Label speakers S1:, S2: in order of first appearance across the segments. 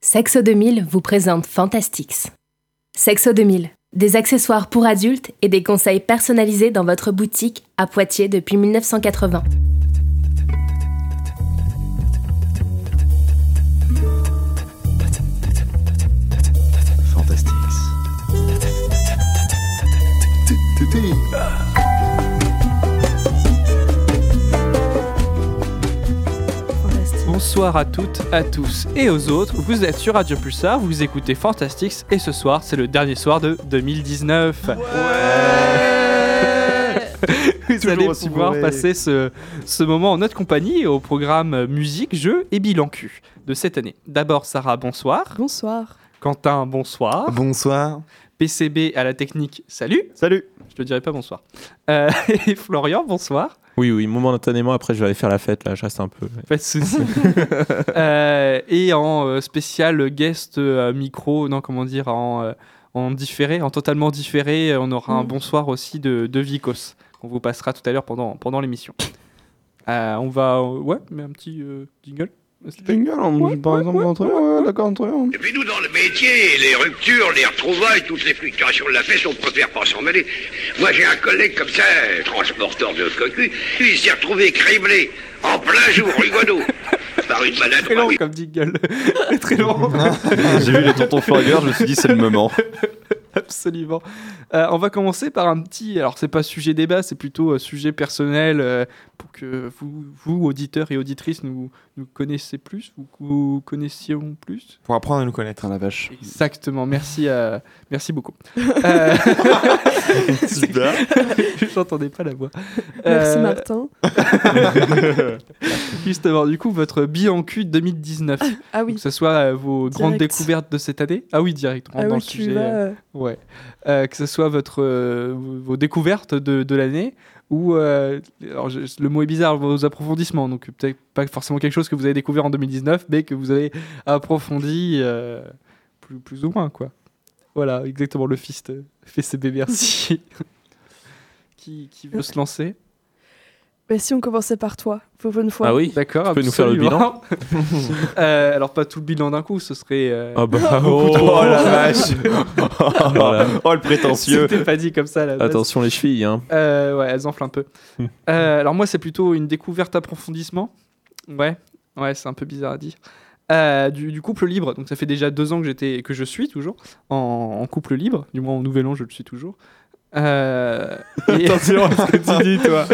S1: Sexo 2000 vous présente Fantastix. Sexo 2000, des accessoires pour adultes et des conseils personnalisés dans votre boutique à Poitiers depuis 1980.
S2: Fantastix.
S3: Bonsoir à toutes, à tous et aux autres, vous êtes sur Radio Pulsar, vous écoutez Fantastix et ce soir c'est le dernier soir de 2019. Vous allez pouvoir passer ce moment en notre compagnie au programme musique, jeux et bilan cul de cette année. D'abord Sarah, bonsoir.
S4: Bonsoir.
S3: Quentin, bonsoir.
S2: Bonsoir.
S3: PCB à la technique, salut.
S2: Salut.
S3: Je te dirai pas bonsoir. Et Florian, bonsoir.
S5: Oui, momentanément, après je vais aller faire la fête, là, je reste un peu.
S3: Pas de soucis. Et en spécial guest micro, en différé, en totalement différé, on aura un bonsoir aussi de Vicos, qu'on vous passera tout à l'heure pendant l'émission. On va... mais un petit jingle.
S2: Par exemple, d'accord, entre eux.
S6: Et puis nous, dans le métier, les ruptures, les retrouvailles, toutes les fluctuations de la fesse, on préfère pas s'en mêler. Moi, j'ai un collègue comme ça, transporteur de cocu, lui, il s'est retrouvé criblé, en plein jour, rigolo, par une maladie.
S3: Très long comme jingle. Très long.
S2: J'ai vu les tontons flingueurs, je me suis dit c'est le moment.
S3: Absolument. On va commencer par un petit... Alors, c'est pas sujet débat, c'est plutôt sujet personnel pour que vous, auditeurs et auditrices, nous connaissez plus, vous connaissions plus.
S2: Pour apprendre à nous connaître, la vache.
S3: Exactement, merci beaucoup.
S2: Super.
S3: J'entendais pas la voix.
S4: Merci Martin.
S3: Justement, du coup, votre bilan cul 2019.
S4: Ah oui.
S3: Que ce soit vos grandes
S4: Direct.
S3: découvertes de cette année. Ah oui, direct. On rentre dans le
S4: tu
S3: sujet.
S4: vas...
S3: Ouais. Que ce soit vos découvertes de l'année ou alors le mot est bizarre, vos approfondissements. Donc peut-être pas forcément quelque chose que vous avez découvert en 2019, mais que vous avez approfondi plus ou moins, quoi. Voilà, exactement, le fist FCB, merci. Qui veut se lancer?
S4: Bah, si on commençait par toi, pour une fois.
S5: Ah oui,
S3: D'accord,
S5: tu peux nous faire le bilan.
S3: Alors pas tout le bilan d'un coup, ce serait...
S2: Oh la vache. Oh le prétentieux.
S3: C'était pas dit comme ça à la base.
S5: Attention les chevilles, hein.
S3: Ouais, elles enflent un peu. Alors moi, c'est plutôt une découverte approfondissement. Ouais, c'est un peu bizarre à dire. Du couple libre. Donc ça fait déjà 2 ans que je suis toujours en couple libre. Du moins en nouvel an, je le suis toujours.
S2: Attention à ce que tu dis, toi.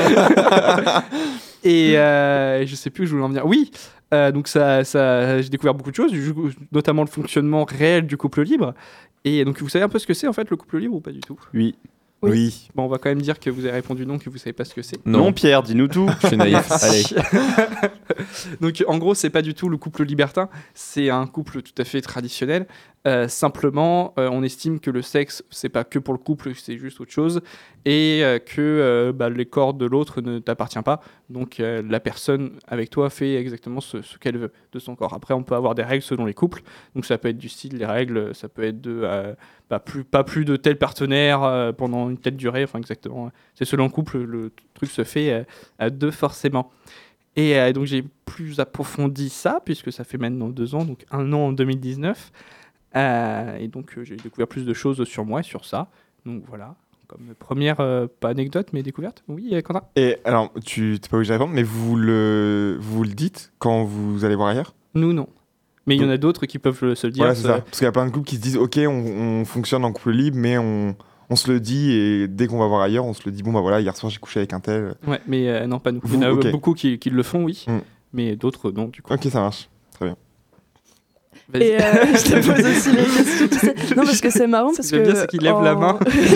S3: Et je sais plus où je voulais en venir. Oui, donc ça, j'ai découvert beaucoup de choses, notamment le fonctionnement réel du couple libre. Et donc vous savez un peu ce que c'est en fait le couple libre ou pas du tout?
S2: Oui.
S3: Bon, on va quand même dire que vous avez répondu non, que vous savez pas ce que c'est.
S2: Non, Pierre, dis-nous tout.
S5: Je suis naïf. Allez.
S3: Donc en gros, c'est pas du tout le couple libertin, c'est un couple tout à fait traditionnel. Simplement, on estime que le sexe, c'est pas que pour le couple, c'est juste autre chose, et que les corps de l'autre ne t'appartiennent pas. Donc la personne avec toi fait exactement ce qu'elle veut de son corps. Après, on peut avoir des règles selon les couples. Donc ça peut être du style, les règles, ça peut être de pas plus de tel partenaire pendant une telle durée. Enfin exactement, c'est selon le couple, le truc se fait à 2 forcément. Et donc j'ai plus approfondi ça, puisque ça fait maintenant 2 ans, donc 1 an en 2019. Et donc j'ai découvert plus de choses sur moi et sur ça. Donc voilà, comme première, pas anecdote, mais découverte. Oui, Quentin.
S2: Et alors, tu t'es pas obligé de répondre, mais vous le dites quand vous allez voir ailleurs?
S3: Nous, non. Mais il y en a d'autres qui peuvent se le dire.
S2: Voilà, c'est ça. Parce qu'il y a plein de couples qui se disent, ok, on fonctionne en couple libre, mais on se le dit, et dès qu'on va voir ailleurs, on se le dit, bon bah voilà, hier soir j'ai couché avec un tel.
S3: Ouais, mais non, pas nous.
S2: Vous,
S3: Il y en a
S2: ok.
S3: beaucoup qui le font, oui. Mais d'autres, non, du coup.
S2: Ok, ça marche. Très bien.
S3: Vas-y.
S4: Et je te pose aussi les questions, tu sais. Non, parce que c'est marrant, parce
S3: Ce que j'aime bien, c'est qu'il lève la main.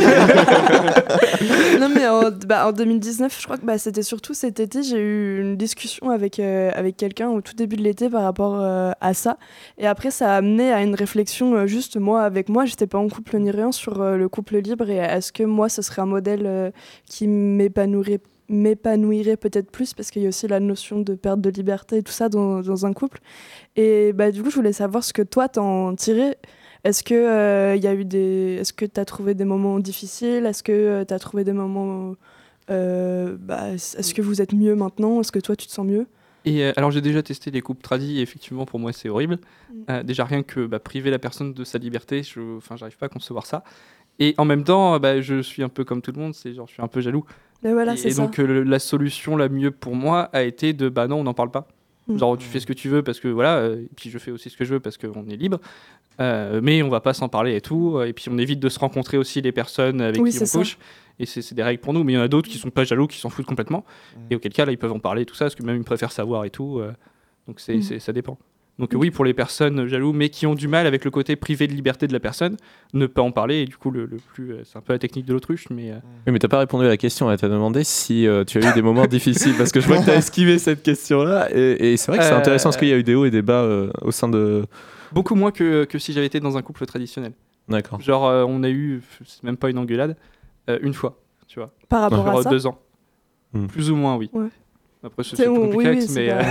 S4: Non, mais en 2019, je crois que c'était surtout cet été, j'ai eu une discussion avec quelqu'un au tout début de l'été par rapport à ça. Et après, ça a amené à une réflexion, juste moi, avec moi. J'étais pas en couple ni rien sur le couple libre. Et est-ce que moi, ce serait un modèle qui m'épanouirait peut-être plus, parce qu'il y a aussi la notion de perte de liberté et tout ça dans un couple. Et du coup, je voulais savoir ce que toi t'en tirais. Est-ce que est-ce que t'as trouvé des moments difficiles? Est-ce que t'as trouvé des moments est-ce que vous êtes mieux maintenant? Est-ce que toi tu te sens mieux?
S3: Et alors j'ai déjà testé les couples tradis et effectivement pour moi c'est horrible. Déjà rien que priver la personne de sa liberté, j'arrive pas à concevoir ça. Et en même temps, je suis un peu comme tout le monde, je suis un peu jaloux.
S4: Mais voilà, c'est
S3: et
S4: ça.
S3: donc la solution la mieux pour moi a été de non, on n'en parle pas. Genre tu fais ce que tu veux parce que voilà, et puis je fais aussi ce que je veux parce qu'on est libre. Mais on va pas s'en parler et tout. Et puis on évite de se rencontrer aussi les personnes avec qui on couche. Et c'est des règles pour nous, mais il y en a d'autres qui sont pas jaloux, qui s'en foutent complètement. Et auquel cas là ils peuvent en parler et tout ça, parce que même ils préfèrent savoir et tout. Donc ça dépend. Donc oui, pour les personnes jaloux, mais qui ont du mal avec le côté privé de liberté de la personne, ne pas en parler. Et du coup, c'est un peu la technique de l'autruche. Mais
S5: Oui, mais t'as pas répondu à la question. Elle t'a demandé si tu as eu des moments difficiles, parce que je vois que t'as esquivé cette question-là. Et c'est vrai que c'est intéressant, parce qu'il y a eu des hauts et des bas au sein de...
S3: Beaucoup moins que si j'avais été dans un couple traditionnel.
S5: D'accord.
S3: Genre, on a eu, c'est même pas une engueulade, une fois, tu vois.
S4: Par rapport à ça
S3: 2 ans. Plus ou moins, oui. Ouais. Après, c'est plus complexe,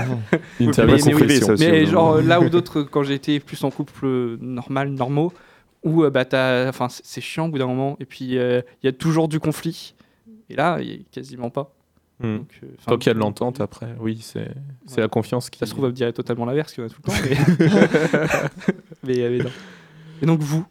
S3: mais genre là où d'autres, quand j'ai été plus en couple normaux, où c'est chiant au bout d'un moment, et puis il y a toujours du conflit, et là, il n'y a quasiment pas.
S5: Donc, tant qu'il y a de l'entente, après, oui, c'est la confiance qui...
S3: Ça se trouve, elle me dirait totalement l'inverse, qu'il y en a tout le temps, mais non. Et donc vous,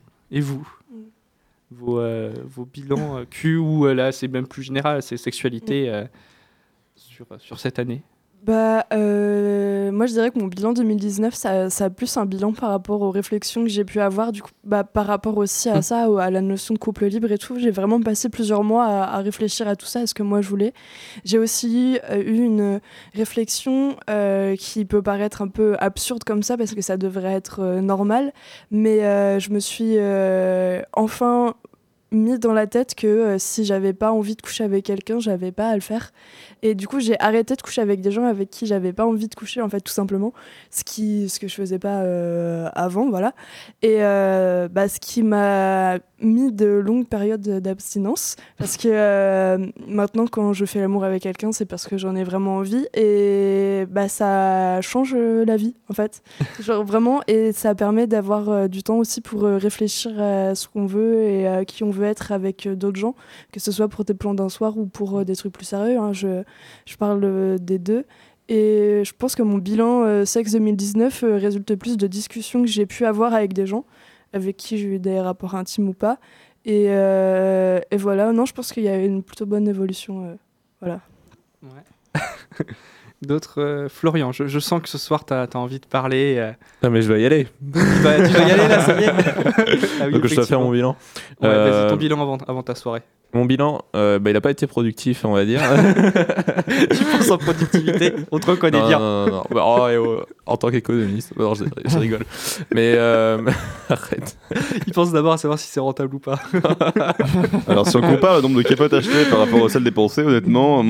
S3: vos bilans Q, ou là, c'est même plus général, c'est sexualité... sur cette année?
S4: Moi je dirais que mon bilan 2019 ça a plus un bilan par rapport aux réflexions que j'ai pu avoir du coup, par rapport aussi à ça, à la notion de couple libre et tout. J'ai vraiment passé plusieurs mois à réfléchir à tout ça, à ce que moi je voulais. J'ai aussi eu une réflexion qui peut paraître un peu absurde comme ça parce que ça devrait être normal, mais je me suis enfin mis dans la tête que si j'avais pas envie de coucher avec quelqu'un, j'avais pas à le faire. Et du coup, j'ai arrêté de coucher avec des gens avec qui j'avais pas envie de coucher, en fait, tout simplement. Ce que je faisais pas avant, voilà. Et ce qui m'a mis de longues périodes d'abstinence. Parce que maintenant, quand je fais l'amour avec quelqu'un, c'est parce que j'en ai vraiment envie. Et ça change la vie, en fait. Genre vraiment, et ça permet d'avoir du temps aussi pour réfléchir à ce qu'on veut et à qui on veut être avec d'autres gens, que ce soit pour des plans d'un soir ou pour des trucs plus sérieux, hein. Je parle des deux. Et je pense que mon bilan sexe 2019 résulte plus de discussions que j'ai pu avoir avec des gens avec qui j'ai eu des rapports intimes ou pas. Et voilà, non, je pense qu'il y a une plutôt bonne évolution. Voilà.
S3: Ouais. D'autres, Florian, je sens que ce soir t'as envie de parler.
S5: Non, mais je dois y aller.
S3: Tu vas y aller là, ça y est. Oui,
S5: donc je dois faire mon bilan.
S3: Ouais, vas-y, ton bilan avant ta soirée.
S5: Mon bilan, il n'a pas été productif, on va dire.
S3: Tu penses en productivité? On te reconnaît bien.
S5: Non. En tant qu'économiste, non, je rigole. Mais arrête.
S3: Il pense d'abord à savoir si c'est rentable ou pas.
S7: Alors si on compare le nombre de capotes achetées par rapport aux celles dépensées, honnêtement...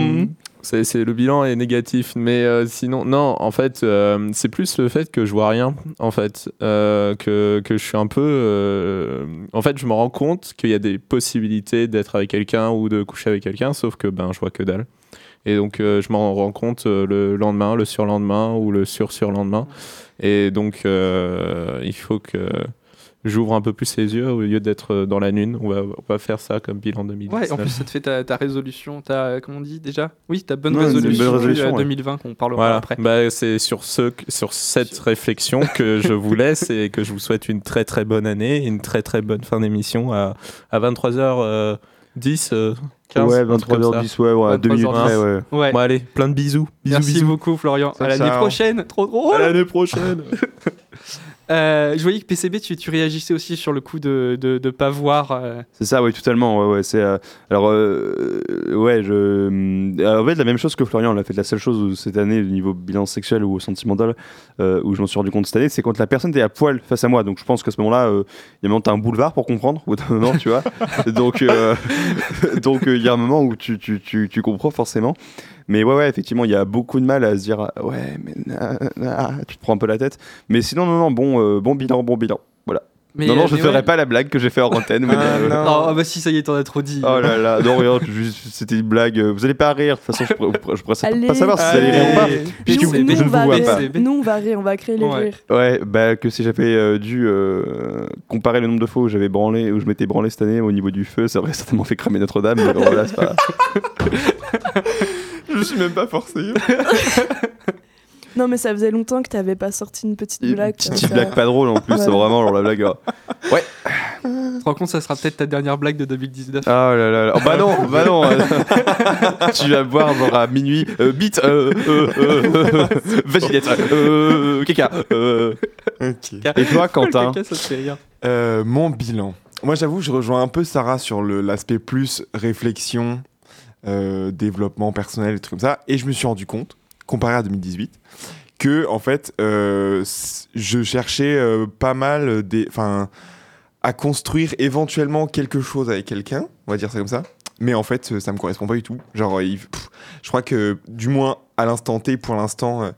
S5: Le bilan est négatif, mais sinon, non, en fait, c'est plus le fait que je vois rien, en fait, que je suis un peu... en fait, je me rends compte qu'il y a des possibilités d'être avec quelqu'un ou de coucher avec quelqu'un, sauf que je vois que dalle. Et donc, je m'en rends compte le lendemain, le surlendemain ou le surlendemain. Et donc, il faut que... j'ouvre un peu plus les yeux au lieu d'être dans la lune. On va faire ça comme bilan 2019.
S3: Ouais, en plus, ça te fait ta résolution, comment on dit déjà? Oui, ta bonne résolution 2020 qu'on parlera après.
S5: C'est sur cette réflexion que je vous laisse et que je vous souhaite une très très bonne année, une très très bonne fin d'émission à 23h10. 15,
S7: ouais, 23h10, ouais, 2 minutes près, ouais.
S5: Bon, allez, plein de bisous.
S3: Merci beaucoup, Florian. À l'année prochaine. Trop drôle.
S5: À l'année prochaine.
S3: Je voyais que PCB, tu réagissais aussi sur le coup de pas voir.
S7: C'est ça, oui, totalement. Ouais, c'est alors en fait la même chose que Florian. On a fait la seule chose cette année, au niveau bilan sexuel ou sentimental, où je m'en suis rendu compte cette année, c'est quand la personne était à poil face à moi. Donc je pense qu'à ce moment-là, il y a un boulevard pour comprendre. Au bout d'un moment, tu vois. Donc il y a un moment où tu comprends forcément. Mais ouais, effectivement, il y a beaucoup de mal à se dire ouais, mais tu te prends un peu la tête. Mais sinon, non, bon bilan. Voilà. Je ne ferai pas la blague que j'ai fait en antenne.
S3: Si, ça y est, t'en as trop dit.
S7: Oh là là, non, rien, c'était une blague. Vous allez pas rire. De toute façon, je pourrais pas savoir si vous allez rire ou pas. Puisque je ne vous vois pas.
S4: Nous, on va rire, on va créer les rires.
S7: Ouais, que si j'avais dû comparer le nombre de fois où je m'étais branlé cette année au niveau du feu, ça aurait certainement fait cramer Notre-Dame. Mais bon, voilà, c'est pas...
S2: Je me suis même pas forcé.
S4: Non, mais ça faisait longtemps que t'avais pas sorti une petite blague.
S7: Petite blague pas drôle en plus,
S4: Ouais.
S7: c'est vraiment genre la blague. Ouais.
S3: Tu te rends compte, ça sera peut-être ta dernière blague de 2019.
S7: Ah là là là. Oh, bah non. Tu vas boire genre à minuit. Bite. Vaginette. Caca.
S2: Ok.
S7: Et toi,
S3: Le
S7: Quentin?
S3: caca, ça te fait rire.
S2: Mon bilan. Moi, j'avoue, je rejoins un peu Sarah sur l'aspect plus réflexion, développement personnel, des trucs comme ça. Et je me suis rendu compte, comparé à 2018, que en fait, je cherchais pas mal à construire éventuellement quelque chose avec quelqu'un, on va dire ça comme ça. Mais en fait, ça me correspond pas du tout. Genre, je crois que, du moins à l'instant T, pour l'instant,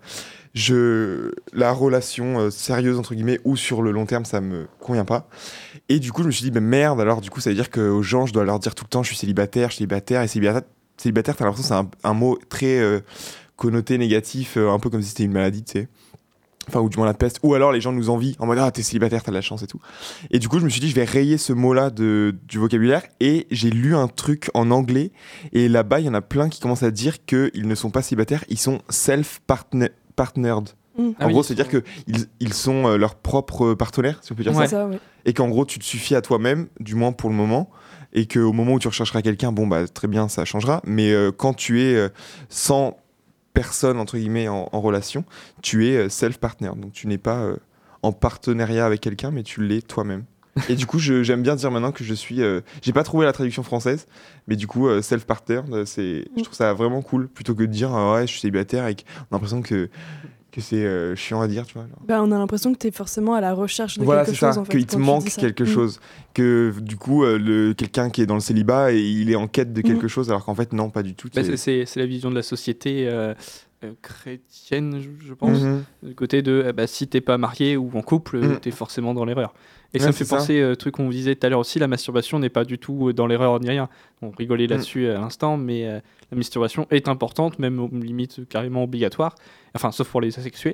S2: la relation sérieuse, entre guillemets, ou sur le long terme, ça me convient pas. Et du coup, je me suis dit, bah, merde, alors du coup, ça veut dire qu'aux gens, je dois leur dire tout le temps, je suis célibataire. Et célibataire, t'as l'impression que c'est un mot très connoté négatif, un peu comme si c'était une maladie, tu sais. Enfin, ou du moins la peste. Ou alors les gens nous envient en mode, ah, t'es célibataire, t'as de la chance et tout. Et du coup, je me suis dit, je vais rayer ce mot-là du vocabulaire. Et j'ai lu un truc en anglais. Et là-bas, il y en a plein qui commencent à dire qu'ils ne sont pas célibataires, ils sont self-partnered.
S3: Ah
S2: En
S3: oui,
S2: gros, c'est-à-dire qu'ils sont leurs propres partenaires, si on peut dire
S3: Ouais.
S4: C'est ça, ouais.
S2: et qu'en gros, tu te suffis à toi-même, du moins pour le moment, et qu'au moment où tu rechercheras quelqu'un, bon, bah, très bien, ça changera. Mais quand tu es sans personne, entre guillemets, en relation, tu es self-partner. Donc, tu n'es pas en partenariat avec quelqu'un, mais tu l'es toi-même. Et du coup, j'aime bien dire maintenant que je suis... j'ai pas trouvé la traduction française, mais du coup, self-partner, je trouve ça vraiment cool, plutôt que de dire, ouais, je suis célibataire, et qu'on a l'impression que c'est chiant à dire, tu vois. Genre.
S4: Bah, on a l'impression que t'es forcément à la recherche de
S2: Voilà,
S4: quelque
S2: c'est
S4: chose.
S2: ça,
S4: En fait,
S2: qu'il te
S4: quand tu
S2: manque
S4: dis ça.
S2: quelque chose. Que du coup, quelqu'un qui est dans le célibat, et il est en quête de quelque
S4: Mhm.
S2: chose, alors qu'en fait, non, pas du tout.
S3: Bah, c'est la vision de la société chrétienne, je pense.
S2: Mhm.
S3: Du côté de si t'es pas marié ou en couple, t'es forcément dans l'erreur. Et ça
S2: Ouais,
S3: me fait
S2: c'est ça.
S3: penser truc qu'on disait tout à l'heure aussi, la masturbation n'est pas du tout dans l'erreur ni rien. On rigolait là-dessus à l'instant, mais la masturbation est importante, même limite carrément obligatoire, enfin sauf pour les asexués.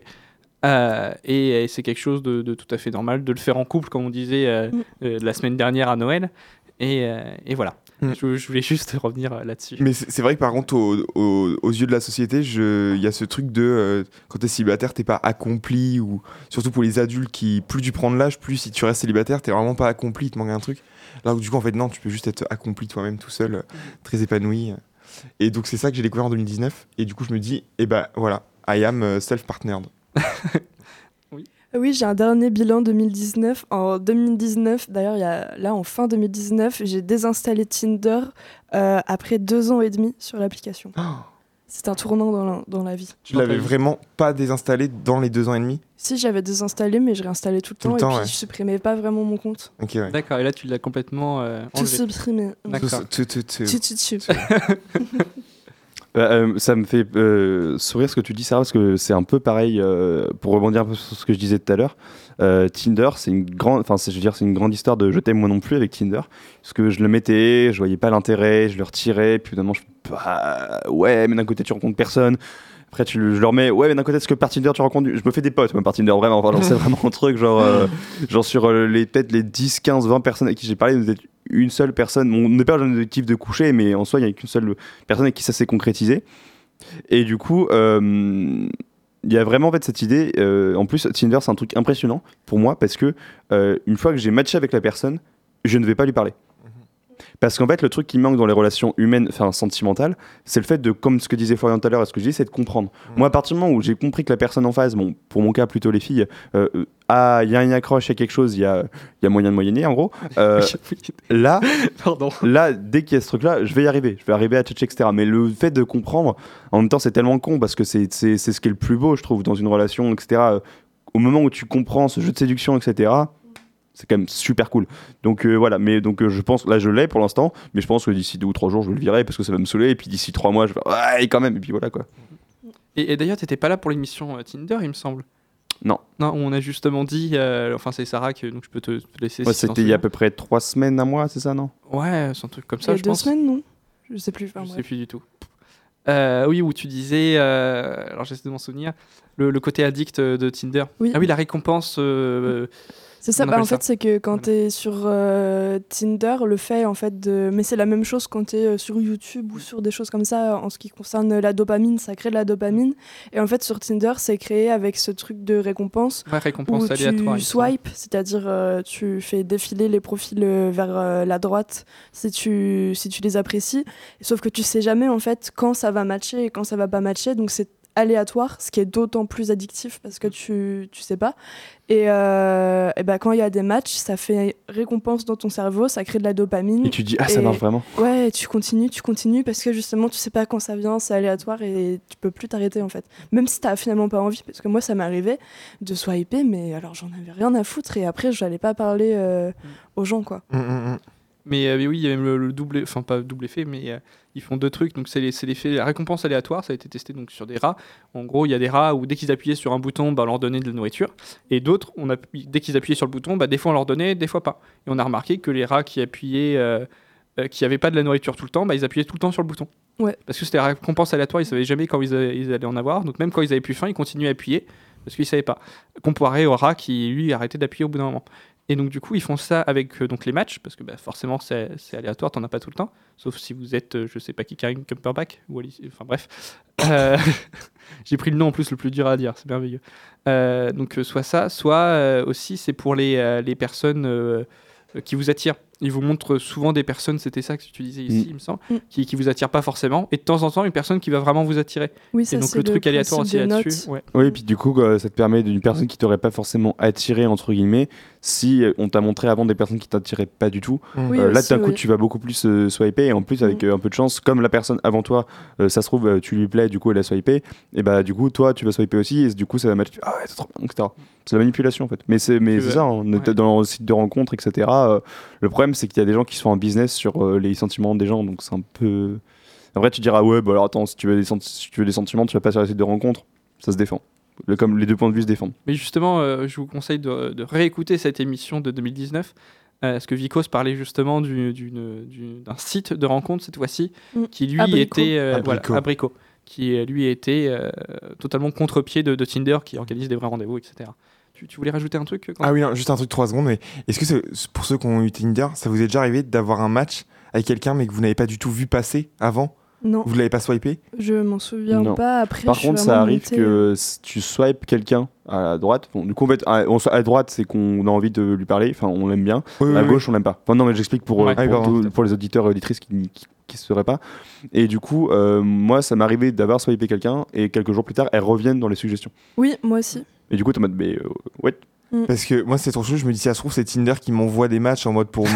S3: Et c'est quelque chose de tout à fait normal de le faire en couple, comme on disait la semaine dernière à Noël. Et voilà.
S2: Mm.
S3: Je voulais juste revenir là-dessus.
S2: Mais c'est vrai que par contre, aux yeux de la société, il y a ce truc de quand t'es célibataire, t'es pas accompli, ou surtout pour les adultes qui, plus tu prends de l'âge, plus si tu restes célibataire, t'es vraiment pas accompli, il te manque un truc. Alors que du coup, en fait, non, tu peux juste être accompli toi-même tout seul, très épanoui. Et donc, c'est ça que j'ai découvert en 2019. Et du coup, je me dis, voilà, I am self-partnered.
S4: Oui, j'ai un dernier bilan 2019. En 2019, d'ailleurs, là, en fin 2019, j'ai désinstallé Tinder après 2 ans et demi sur l'application. C'est un tournant dans la vie.
S2: Tu l'avais vraiment pas désinstallé dans les 2 ans et demi?
S4: Si, j'avais désinstallé, mais je réinstallais tout le
S2: Tout
S4: temps.
S2: le temps,
S4: et puis,
S2: ouais.
S4: je supprimais pas vraiment mon compte.
S2: Ok, ouais.
S3: D'accord, et là tu l'as complètement
S4: Tout
S3: enlevé.
S4: supprimé.
S3: D'accord.
S4: Tout.
S7: Ça me fait sourire ce que tu dis, Sarah, parce que c'est un peu pareil, pour rebondir un peu sur ce que je disais tout à l'heure. Tinder, c'est une grande histoire de je t'aime moi non plus avec Tinder, parce que je le mettais, je voyais pas l'intérêt, je le retirais, puis finalement ouais, mais d'un côté tu rencontres personne. Après, je le remets, ouais, mais d'un côté, est-ce que par Tinder, tu rencontres. Je me fais des potes, moi, par Tinder, vraiment. Enfin, c'est vraiment un truc, genre sur peut-être les 10, 15, 20 personnes avec qui j'ai parlé, peut-être une seule personne. On n'est pas dans l'objectif de coucher, mais en soi, il n'y a qu'une seule personne avec qui ça s'est concrétisé. Et du coup, il y a vraiment en fait cette idée. En plus, Tinder, c'est un truc impressionnant pour moi, parce que une fois que j'ai matché avec la personne, je ne vais pas lui parler. Parce qu'en fait, le truc qui manque dans les relations humaines, enfin sentimentales, c'est le fait de, comme ce que disait Florian tout à l'heure et ce que je dis, c'est de comprendre. Moi, à partir du moment où j'ai compris que la personne en face, bon, pour mon cas, plutôt les filles, il y a une accroche, il y a quelque chose, il y a moyen de moyenner, en gros. Là, dès qu'il y a ce truc-là, je vais y arriver. Je vais arriver à tchatcher, etc. Mais le fait de comprendre, en même temps, c'est tellement con, parce que c'est ce qui est le plus beau, je trouve, dans une relation, etc. Au moment où tu comprends ce jeu de séduction, etc., c'est quand même super cool. Donc voilà, mais donc je pense, là je l'ai pour l'instant, mais je pense que d'ici 2 ou 3 jours je vais le virer parce que ça va me saouler, et puis d'ici 3 mois je vais ouais, quand même, et puis voilà quoi.
S3: Et d'ailleurs, t'étais pas là pour l'émission Tinder, il me semble.
S7: Non.
S3: Non, on a justement dit, enfin c'est Sarah, donc je peux te laisser.
S7: Ouais,
S3: si t'en
S7: c'était il y a à
S3: souviens.
S7: peu près 3 semaines, un mois, c'est ça, non?
S3: Ouais, c'est un truc comme
S4: Il y
S3: ça,
S4: a
S3: je
S4: 2
S3: pense.
S4: semaines, non? Je sais plus. Enfin,
S3: Je sais
S4: bref.
S3: plus du tout. Oui, où tu disais, alors j'essaie de m'en souvenir, le côté addict de Tinder.
S4: Oui.
S3: Ah oui, la récompense.
S4: C'est ça,
S3: On
S4: en
S3: appelle
S4: fait, c'est que quand
S3: Voilà.
S4: t'es sur Tinder, le fait en fait de. Mais c'est la même chose quand t'es sur YouTube ou sur des choses comme ça en ce qui concerne la dopamine, ça crée de la dopamine. Et en fait, sur Tinder, c'est créé avec ce truc de récompense
S3: Ouais,
S4: où
S3: récompense aléatoire.
S4: tu
S3: il me semble.
S4: swipes, c'est-à-dire tu fais défiler les profils vers la droite si tu les apprécies. Sauf que tu sais jamais en fait quand ça va matcher et quand ça va pas matcher, donc c'est aléatoire, ce qui est d'autant plus addictif parce que tu sais pas. Et ben, quand il y a des matchs, ça fait récompense dans ton cerveau, ça crée de la dopamine.
S7: Et tu dis, ah, ça
S4: Et-
S7: marche vraiment.
S4: Ouais, tu continues parce que justement tu sais pas quand ça vient, c'est aléatoire et tu peux plus t'arrêter en fait. Même si t'as finalement pas envie, parce que moi ça m'arrivait de swiper, mais alors j'en avais rien à foutre et après j'allais pas parler aux gens quoi.
S3: Mais oui, il y a même le double, enfin pas double effet, mais ils font deux trucs. Donc c'est l'effet, la récompense aléatoire, ça a été testé donc sur des rats. En gros, il y a des rats où dès qu'ils appuyaient sur un bouton, bah, on leur donnait de la nourriture. Et d'autres, dès qu'ils appuyaient sur le bouton, bah, des fois on leur donnait, des fois pas. Et on a remarqué que les rats qui appuyaient, qui n'avaient pas de la nourriture tout le temps, bah, ils appuyaient tout le temps sur le bouton.
S4: Ouais.
S3: Parce que c'était la récompense aléatoire, ils savaient jamais quand ils allaient en avoir. Donc même quand ils avaient plus faim, ils continuaient à appuyer parce qu'ils savaient pas. Comparé au rat qui lui arrêtait d'appuyer au bout d'un moment. Et donc du coup ils font ça avec donc les matchs parce que bah, forcément c'est aléatoire, t'en as pas tout le temps, sauf si vous êtes je sais pas qui, Karim Cumberbatch ou enfin bref. J'ai pris le nom en plus le plus dur à dire, c'est merveilleux. Donc soit ça, soit aussi c'est pour les personnes qui vous attirent. Ils vous montrent souvent des personnes, c'était ça que tu disais ici, il me semble, qui vous attirent pas forcément, et de temps en temps une personne qui va vraiment vous attirer.
S4: Oui,
S3: Et
S4: ça
S3: donc
S4: c'est
S3: le truc aléatoire
S4: principe
S3: aussi
S4: des
S3: là-dessus.
S4: notes.
S3: Ouais.
S7: Oui, et puis du coup, ça te permet d'une personne qui t'aurait pas forcément attiré, entre guillemets, si on t'a montré avant des personnes qui t'attiraient pas du tout.
S4: Oui,
S7: Là,
S4: aussi,
S7: d'un coup,
S4: oui.
S7: tu vas beaucoup plus swiper, et en plus, avec un peu de chance, comme la personne avant toi, ça se trouve, tu lui plais, du coup, elle a swipé, et bah, du coup, toi, tu vas swiper aussi, et du coup, ça va matcher. Ah ouais, c'est trop bien, etc. C'est la manipulation, en fait. Mais c'est ça, on était dans le site de rencontres, etc. Le problème, c'est qu'il y a des gens qui sont en business sur les sentiments des gens, donc c'est un peu. Après, tu diras, ouais, bah alors attends, si tu veux des sentiments, tu vas pas sur les sites de rencontres, ça se défend. Comme les deux points de vue se défendent.
S3: Mais justement, je vous conseille de réécouter cette émission de 2019. Parce que Vicos parlait justement d'un site de rencontre cette fois-ci qui lui
S4: Abrico.
S3: était
S2: Abrico.
S3: Abrico, qui lui était totalement contre-pied de Tinder, qui organise des vrais rendez-vous, etc. Tu voulais rajouter un truc Quentin ?
S2: Ah oui, non, juste un truc 3 secondes, mais est-ce que pour ceux qui ont eu Tinder, ça vous est déjà arrivé d'avoir un match avec quelqu'un mais que vous n'avez pas du tout vu passer avant ?
S4: Non,
S2: Vous l'avez pas swipé ?
S4: je m'en souviens
S7: Non.
S4: pas. Après,
S7: Par
S4: je suis
S7: contre, ça
S4: vraiment
S7: arrive
S4: montée,
S7: que tu swipes quelqu'un à droite. Bon, du coup, en fait, à droite, c'est qu'on a envie de lui parler, enfin, on l'aime bien.
S2: Oui,
S7: À
S2: oui,
S7: gauche, on l'aime pas. Enfin, non, mais j'explique pour,
S3: Ouais.
S2: Ah oui, pardon.
S7: pour les auditeurs et auditrices qui ne seraient pas. Et du coup, moi, ça m'est arrivé d'avoir swipé quelqu'un et quelques jours plus tard, elles reviennent dans les suggestions.
S4: Oui, moi aussi.
S7: Et du coup, t'es en mode, mais ouais.
S2: Parce que moi, c'est trop chaud. Je me dis, si ça se trouve, c'est Tinder qui m'envoie des matchs en mode pour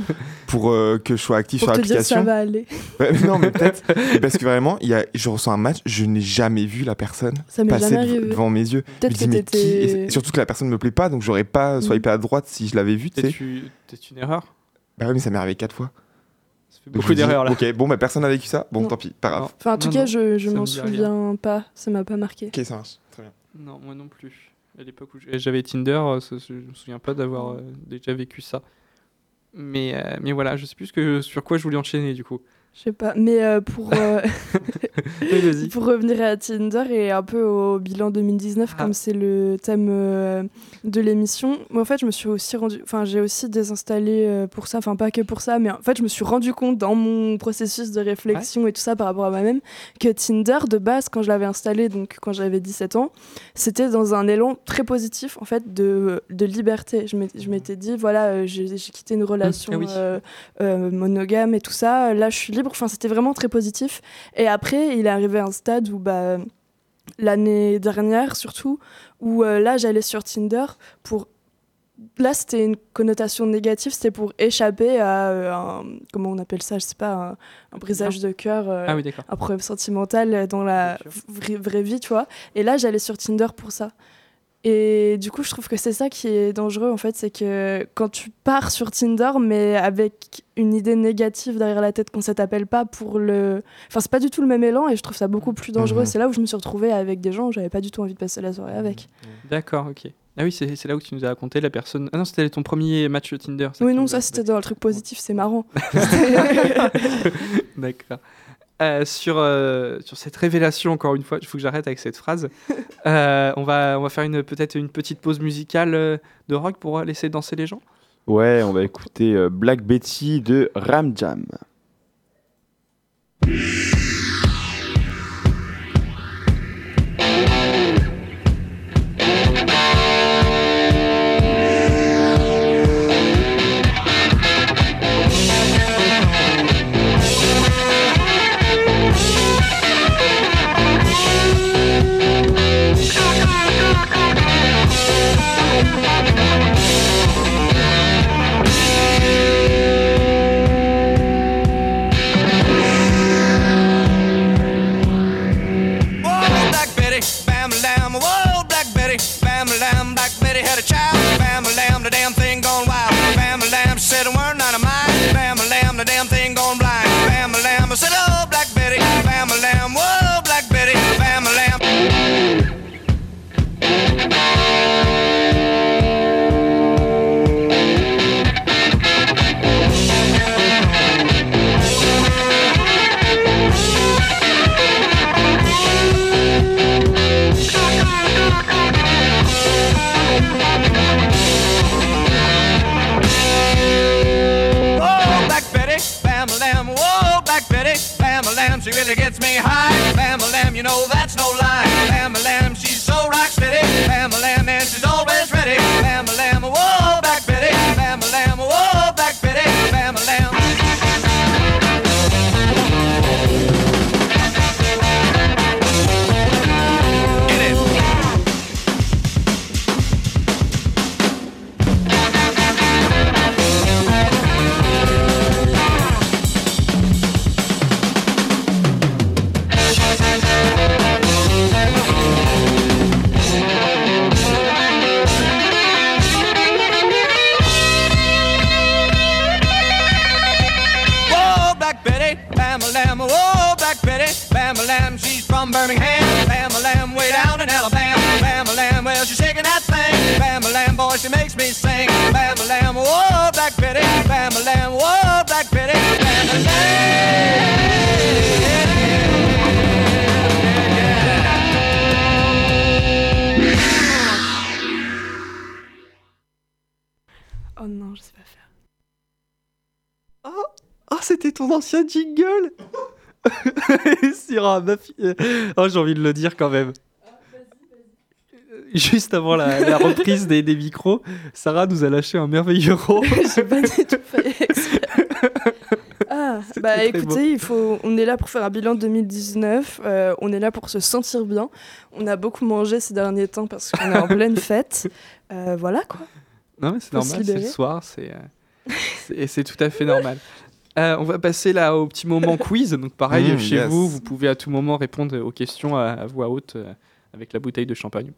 S2: que je sois actif
S4: Pour
S2: sur
S4: te dire ça
S2: l'application.
S4: va aller.
S2: Ouais, mais non, mais peut-être. Parce que vraiment, je reçois un match, je n'ai jamais vu la personne
S4: Ça m'est
S2: passer
S4: jamais arrivé.
S2: devant mes yeux.
S4: Peut-être
S2: Je me dis,
S4: que
S2: mais qui
S4: t'étais-
S2: Et surtout que la personne me plaît pas, donc j'aurais pas swipé à droite si je l'avais vu, tu sais.
S3: C'est une erreur.
S2: Bah ouais, mais ça m'est arrivé 4 fois.
S3: Ça fait
S2: Donc
S3: beaucoup
S2: je me dis,
S3: d'erreurs là.
S2: Ok, bon, bah personne n'a vécu ça. Bon,
S4: Non.
S2: tant pis, pas grave.
S3: Non.
S4: Enfin, en tout
S3: Non,
S4: cas,
S3: non,
S4: je
S3: ça
S4: m'en
S3: me dit rien.
S4: souviens pas. Ça m'a pas marqué.
S2: Ok, ça marche. Très bien.
S3: Non, moi non plus. À l'époque où j'avais Tinder, je me souviens pas d'avoir déjà vécu ça. Mais voilà, je sais plus sur quoi je voulais enchaîner du coup.
S4: Je sais pas. Mais pour,
S3: Oui, vas-y.
S4: pour revenir à Tinder et un peu au bilan 2019,
S3: Ah.
S4: comme c'est le thème de l'émission, moi en fait, je me suis aussi j'ai aussi désinstallé pour ça. Enfin, pas que pour ça, mais en fait, je me suis rendu compte dans mon processus de réflexion et tout ça par rapport à moi-même que Tinder, de base, quand je l'avais installé, donc quand j'avais 17 ans, c'était dans un élan très positif en fait de liberté. Je m'étais dit, voilà, j'ai quitté une relation
S3: Ah oui.
S4: monogame et tout ça. Là, je suis libre. Enfin, c'était vraiment très positif. Et après, il est arrivé à un stade où, l'année dernière surtout, où là, j'allais sur Tinder pour... Là, c'était une connotation négative, c'était pour échapper à comment on appelle ça, je sais pas, un brisage de cœur,
S3: Ah oui, d'accord.
S4: un problème sentimental dans la vraie vie, tu vois. Et là, j'allais sur Tinder pour ça. Et du coup, je trouve que c'est ça qui est dangereux, en fait, c'est que quand tu pars sur Tinder, mais avec une idée négative derrière la tête, qu'on ne t'appelle pas pour le... Enfin, c'est pas du tout le même élan, et je trouve ça beaucoup plus dangereux.
S2: Mhm.
S4: C'est là où je me suis retrouvée avec des gens où j'avais pas du tout envie de passer la soirée avec.
S3: D'accord, ok. Ah oui, c'est là où tu nous as raconté la personne. Ah non, c'était ton premier match Tinder.
S4: Oui,
S3: que
S4: non,
S3: tu
S4: ça
S3: nous as
S4: c'était
S3: raconté.
S4: dans le truc positif, c'est marrant.
S3: D'accord. sur cette révélation, encore une fois, il faut que j'arrête avec cette phrase. On va faire peut-être une petite pause musicale de rock pour laisser danser les gens.
S7: Ouais, on va écouter Black Betty de Ram Jam.
S8: She really gets me high. Bam-a-lam, you know that's no lie. Bam-a-lam, she's so rock steady. Bam-a-lam, and she's always ready. Bam-a-lam, whoa, Black Betty. Bam-a-lam, whoa, Black Betty. Bam-a-lam. Get it. Bam-a-lam, oh, Black Betty. Bam-a-lam, she's from Birmingham. Bam-a-lam, way down in Alabama. Bam-a-lam, well, she's shaking that thing. Bam-a-lam, boy, she makes me sing. Bam-a-lam, oh, Black Betty. Bam-a-lam, oh, Black Betty.
S4: Oh non, je sais pas faire.
S3: Oh, c'était ton ancien jingle. Syrah, ma fille. Oh, j'ai envie de le dire quand même. Juste avant la reprise des micros, Sarah nous a lâché un merveilleux rôle.
S4: J'ai pas du tout fait exprès. Ah, bah
S3: très
S4: écoutez, on est là pour faire un bilan 2019, on est là pour se sentir bien. On a beaucoup mangé ces derniers temps parce qu'on est en pleine fête. Voilà quoi.
S3: Non mais c'est
S4: Faut se
S3: normal, c'est le
S4: libérer.
S3: soir, c'est tout à fait normal. On va passer là au petit moment quiz. Donc pareil, chez
S2: yes.
S3: vous pouvez à tout moment répondre aux questions à voix haute avec la bouteille de champagne.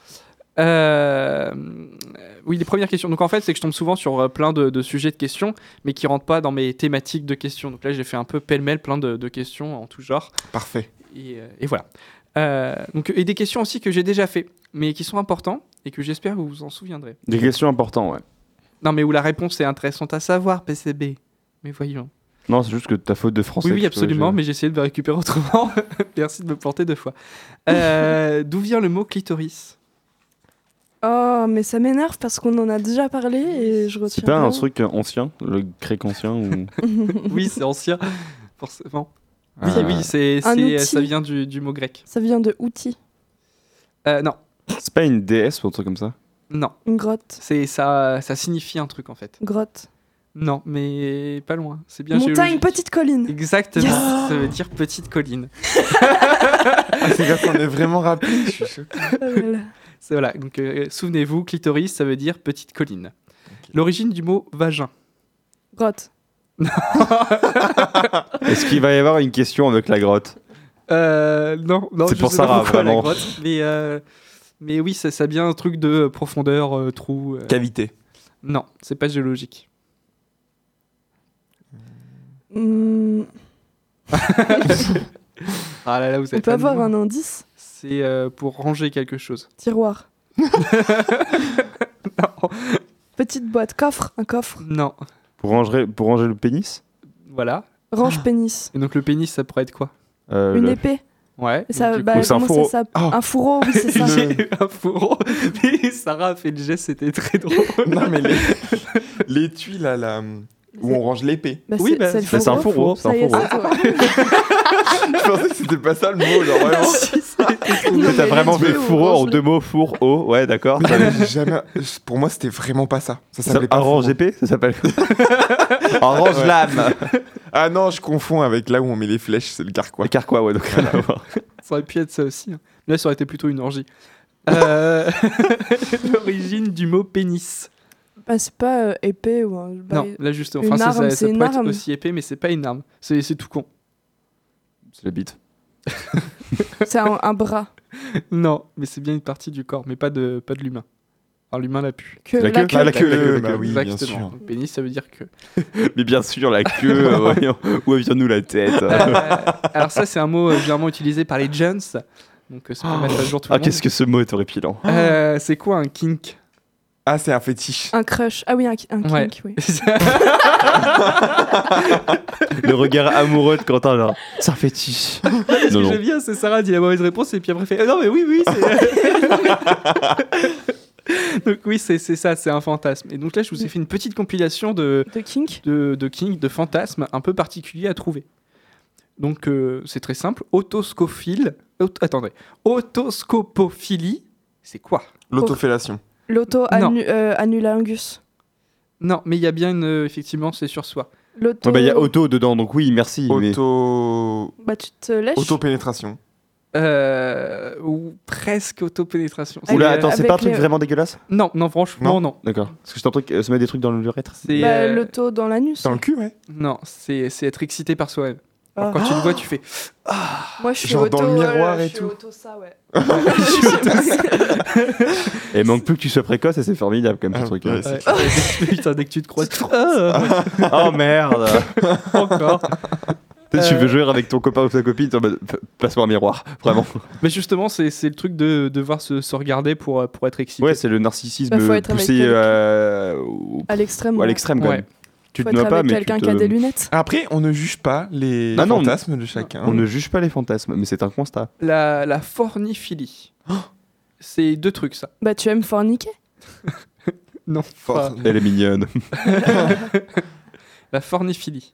S3: Oui, les premières questions. Donc en fait, c'est que je tombe souvent sur plein de sujets de questions, mais qui rentrent pas dans mes thématiques de questions. Donc là, j'ai fait un peu pêle-mêle plein de questions en tout genre.
S2: Parfait.
S3: Et voilà. Et des questions aussi que j'ai déjà fait, mais qui sont importantes et que j'espère que vous vous en souviendrez.
S7: Des questions importantes, ouais.
S3: Non, mais où la réponse est intéressante à savoir, PCB. Mais voyons.
S7: Non, c'est juste que ta faute de français.
S3: Oui, absolument, mais j'ai essayé de me récupérer autrement. Merci de me planter 2 fois. D'où vient le mot clitoris ?
S4: Oh, mais ça m'énerve parce qu'on en a déjà parlé et je retiens.
S7: C'est pas un
S4: rien.
S7: truc ancien, le grec ancien ou...
S3: Oui, c'est ancien, forcément.
S2: Ah.
S3: Oui,
S4: Un outil.
S3: ça vient du mot grec.
S4: Ça vient de outil,
S3: Non,
S7: C'est pas une déesse ou un truc comme ça?
S3: non.
S4: une grotte,
S3: Ça signifie un truc en fait.
S4: grotte.
S3: Non, mais pas loin. C'est bien
S4: Montagne,
S3: géologique.
S4: petite colline.
S3: Exactement,
S4: Yes.
S3: ça veut dire petite colline.
S2: Ah, c'est là qu'on est vraiment rappelé. Je suis choqué.
S4: Voilà.
S3: Voilà, donc souvenez-vous, clitoris, ça veut dire petite colline. L'origine du mot vagin.
S4: Grotte.
S7: Est-ce qu'il va y avoir une question avec la grotte?
S3: Non,
S7: C'est
S3: je
S7: pour
S3: sais pas
S7: Sarah,
S3: pourquoi, la
S7: vraiment.
S3: grotte, mais oui, ça vient un truc de profondeur, trou.
S2: Cavité.
S3: Non, c'est pas géologique. Ah là là, vous
S4: On
S3: avez
S4: peut avoir un indice?
S3: C'est pour ranger quelque chose.
S4: Tiroir.
S3: Non,
S4: Petite boîte, coffre, un coffre.
S3: non.
S7: Pour ranger le pénis?
S3: Voilà.
S4: Range pénis.
S3: Et donc le pénis, ça pourrait être quoi?
S4: Une épée.
S3: Ouais.
S4: Ça,
S3: donc, du
S4: bah,
S3: coup,
S7: c'est un
S4: comment
S7: fourreau.
S4: ça
S2: Oh.
S4: Un fourreau, oui, c'est ça.
S3: j'ai eu un fourreau. Mais Sarah a fait le geste, c'était très drôle.
S2: Non, mais l'étui, là, où on range l'épée.
S4: Bah,
S3: Oui,
S4: c'est
S3: bah,
S4: le
S7: c'est un fourreau.
S4: Ça y est,
S7: C'est un
S4: c'est toi.
S2: Je pensais que c'était pas ça le mot, genre vraiment.
S3: Si, ça a été trouvé.
S4: Non,
S7: T'as
S4: mais
S7: vraiment
S4: l'étui
S7: fait
S4: où on
S7: fourreau en
S4: range
S7: 2 mots, four-o, ouais, d'accord.
S2: J'ai jamais... Pour moi, c'était vraiment pas ça. Ça s'appelait pas
S7: Un range
S2: fourreau.
S7: épée, ça s'appelle. Un range
S2: Ouais.
S7: lame.
S2: Ah non, je confonds avec là où on met les flèches, c'est le carquois.
S7: Le carquois, ouais, donc rien à voir.
S3: Ça aurait pu être ça aussi. Hein. Mais là, ça aurait été plutôt une orgie. L'origine du mot pénis.
S4: Bah, c'est pas épée ou un. Bah,
S3: Non, là justement.
S4: une
S3: Enfin,
S4: arme,
S3: ça
S4: c'est une
S3: peut être
S4: arme.
S3: aussi épée, mais c'est pas une arme. C'est tout con.
S7: C'est la bite.
S4: c'est un bras.
S3: Non, mais c'est bien une partie du corps, mais pas de l'humain. Alors l'humain l'a pu.
S4: Que
S7: La queue.
S2: Ah, la queue,
S7: la queue.
S2: bah oui, bien
S3: Exactement.
S2: sûr.
S3: Donc, pénis, ça veut dire que.
S7: Mais bien sûr, la queue, voyons, où avions-nous la tête
S3: Alors ça, c'est un mot généralement utilisé par les gens. Donc ça peut mettre à jour tout le
S7: Ah,
S3: monde.
S7: qu'est-ce que ce mot est horripilant.
S3: C'est quoi un kink?
S2: Ah, c'est un fétiche.
S4: Un crush. Ah oui, un kink,
S3: Ouais.
S4: oui.
S7: Le regard amoureux de Quentin, genre, c'est un fétiche.
S3: Ce
S7: Non,
S3: que
S7: non.
S3: j'aime bien, c'est Sarah dit la mauvaise réponse et puis après fait non mais oui c'est. Donc oui c'est ça, c'est un fantasme. Et donc là je vous ai fait une petite compilation de
S4: kink.
S3: de kink, de fantasmes un peu particuliers à trouver. Donc c'est très simple. Autoscopophilie, c'est quoi?
S2: L'autofellation.
S4: L'auto-annulangus.
S3: Non, mais il y a bien effectivement, c'est sur soi.
S4: L'auto.
S7: Ouais, bah, il y a auto dedans, donc oui, merci. Mais...
S4: Bah, tu te lèches.
S2: Autopénétration.
S3: Ou presque autopénétration.
S7: Oula,
S4: Avec-
S7: attends, c'est pas un
S4: avec
S7: truc
S4: les-
S7: vraiment dégueulasse?
S3: Non, franchement, non.
S7: D'accord. Parce que c'est un truc, se mettre des trucs dans l'urètre.
S3: C'est
S4: Bah, l'auto dans l'anus.
S2: Dans le cul, ouais.
S3: non, c'est être excité par soi-même. Alors,
S4: Ah.
S3: quand tu le vois, tu fais.
S4: Moi, je suis
S2: Genre
S4: auto.
S2: dans le miroir et
S4: je suis
S2: tout.
S4: auto ça, ouais.
S7: Et manque plus que tu sois précoce et c'est formidable comme ce
S2: Ah,
S7: truc.
S2: ouais,
S7: hein.
S2: c'est
S3: Ouais. Putain, dès que tu te croises.
S7: Oh merde.
S3: Encore.
S7: Tu veux jouer avec ton copain ou ta copine, t'es en mode, passe-moi un miroir, vraiment.
S3: Mais justement, c'est le truc de devoir se regarder pour être excité.
S7: Ouais, c'est le narcissisme
S4: Bah, faut être avec
S7: poussé
S4: quelqu'un.
S7: au-
S4: À l'extrême.
S7: à l'extrême quand
S3: Ouais.
S7: même. Tu
S4: Faut
S7: te
S4: être
S7: noies pas,
S4: avec
S7: mais
S4: quelqu'un
S7: tu
S4: qui a
S7: te-
S4: des lunettes.
S2: Après, on ne juge pas les
S7: Ah non,
S2: fantasmes de chacun.
S7: On ne juge pas les fantasmes, mais c'est un constat.
S3: La forniphilie. C'est deux trucs, ça.
S4: Bah, tu aimes forniquer.
S3: Non,
S2: Fort.
S3: pas-
S7: Elle est mignonne.
S3: La forniphilie.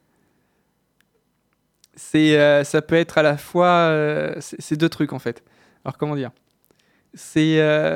S3: Ça peut être à la fois. C'est deux trucs en fait. Alors comment dire? C'est.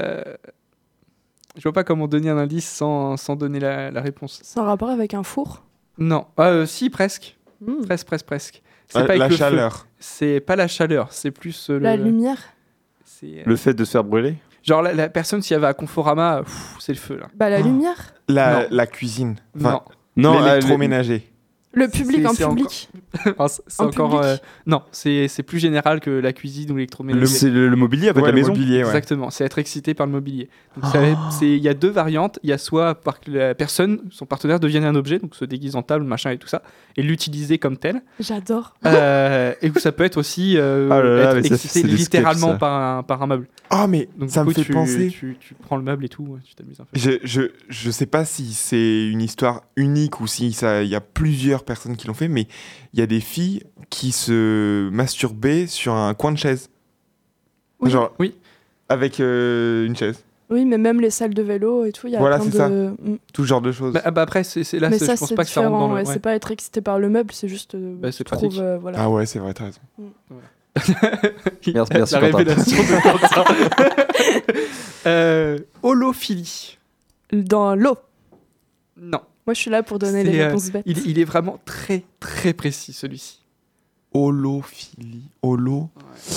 S3: Je vois pas comment donner un indice sans donner la réponse.
S4: C'est en rapport avec un four.
S3: Non. Si, presque.
S4: Hmm.
S3: Presque. C'est pas avec
S2: La
S3: le feu.
S2: chaleur.
S3: C'est pas la chaleur, c'est plus
S4: La lumière.
S3: c'est,
S7: Le fait de se faire brûler.
S3: genre la personne s'il y avait à Conforama, c'est le feu là.
S4: Bah, la
S2: Oh.
S4: lumière.
S2: La cuisine. Enfin,
S3: Non.
S2: l'électroménager.
S4: Le public
S3: c'est-
S4: en
S3: c'est
S4: public.
S3: Enfin, c'est
S4: En
S3: encore
S4: public.
S3: non, c'est plus général que la cuisine ou l'électroménager.
S7: C'est le mobilier avec
S2: Ouais,
S7: la
S2: le
S7: maison.
S2: mobilier, ouais.
S3: Exactement, c'est être excité par le mobilier. Donc
S2: Oh.
S3: il y a deux variantes. Il y a soit par que la personne, son partenaire devienne un objet, donc se déguise en table, machin et tout ça, et l'utiliser comme tel.
S4: J'adore.
S3: Et où ça peut être aussi
S7: là là, mais
S3: être
S7: ça,
S3: excité
S7: c'est des
S3: littéralement
S7: sketchs, ça.
S3: par un meuble.
S2: Oh, mais
S3: Donc
S2: ça
S3: du
S2: me
S3: coup,
S2: fait penser.
S3: Tu prends le meuble et tout, tu t'amuses un peu.
S2: Je sais pas si c'est une histoire unique ou si il y a plusieurs personnes qui l'ont fait, mais il y a des filles qui se masturbaient sur un coin de chaise.
S4: Oui.
S2: Genre,
S3: Oui.
S2: avec une chaise.
S4: Oui, mais même les salles de vélo et tout, il y a
S2: Voilà,
S4: plein
S2: c'est ça.
S4: de.
S2: Tout ce genre de choses.
S3: Bah, après, c'est là,
S4: Mais
S3: je
S4: ça,
S3: pense
S4: c'est
S3: pas que ça rentre
S4: différent.
S3: dans le.
S4: Ouais,
S3: ouais.
S4: c'est pas être excité par le meuble, c'est juste.
S3: Bah, c'est
S4: tu trouves,
S3: pratique.
S4: voilà.
S2: Ah ouais, c'est vrai, t'as raison.
S7: Merci,
S3: La
S7: Quentin.
S3: révélation de Quentin. Holophilie.
S4: Dans l'eau.
S3: Non.
S4: Moi, je suis là pour donner
S3: C'est,
S4: les réponses bêtes.
S3: Il est vraiment très, très précis, celui-ci.
S2: Holophilie. Holo.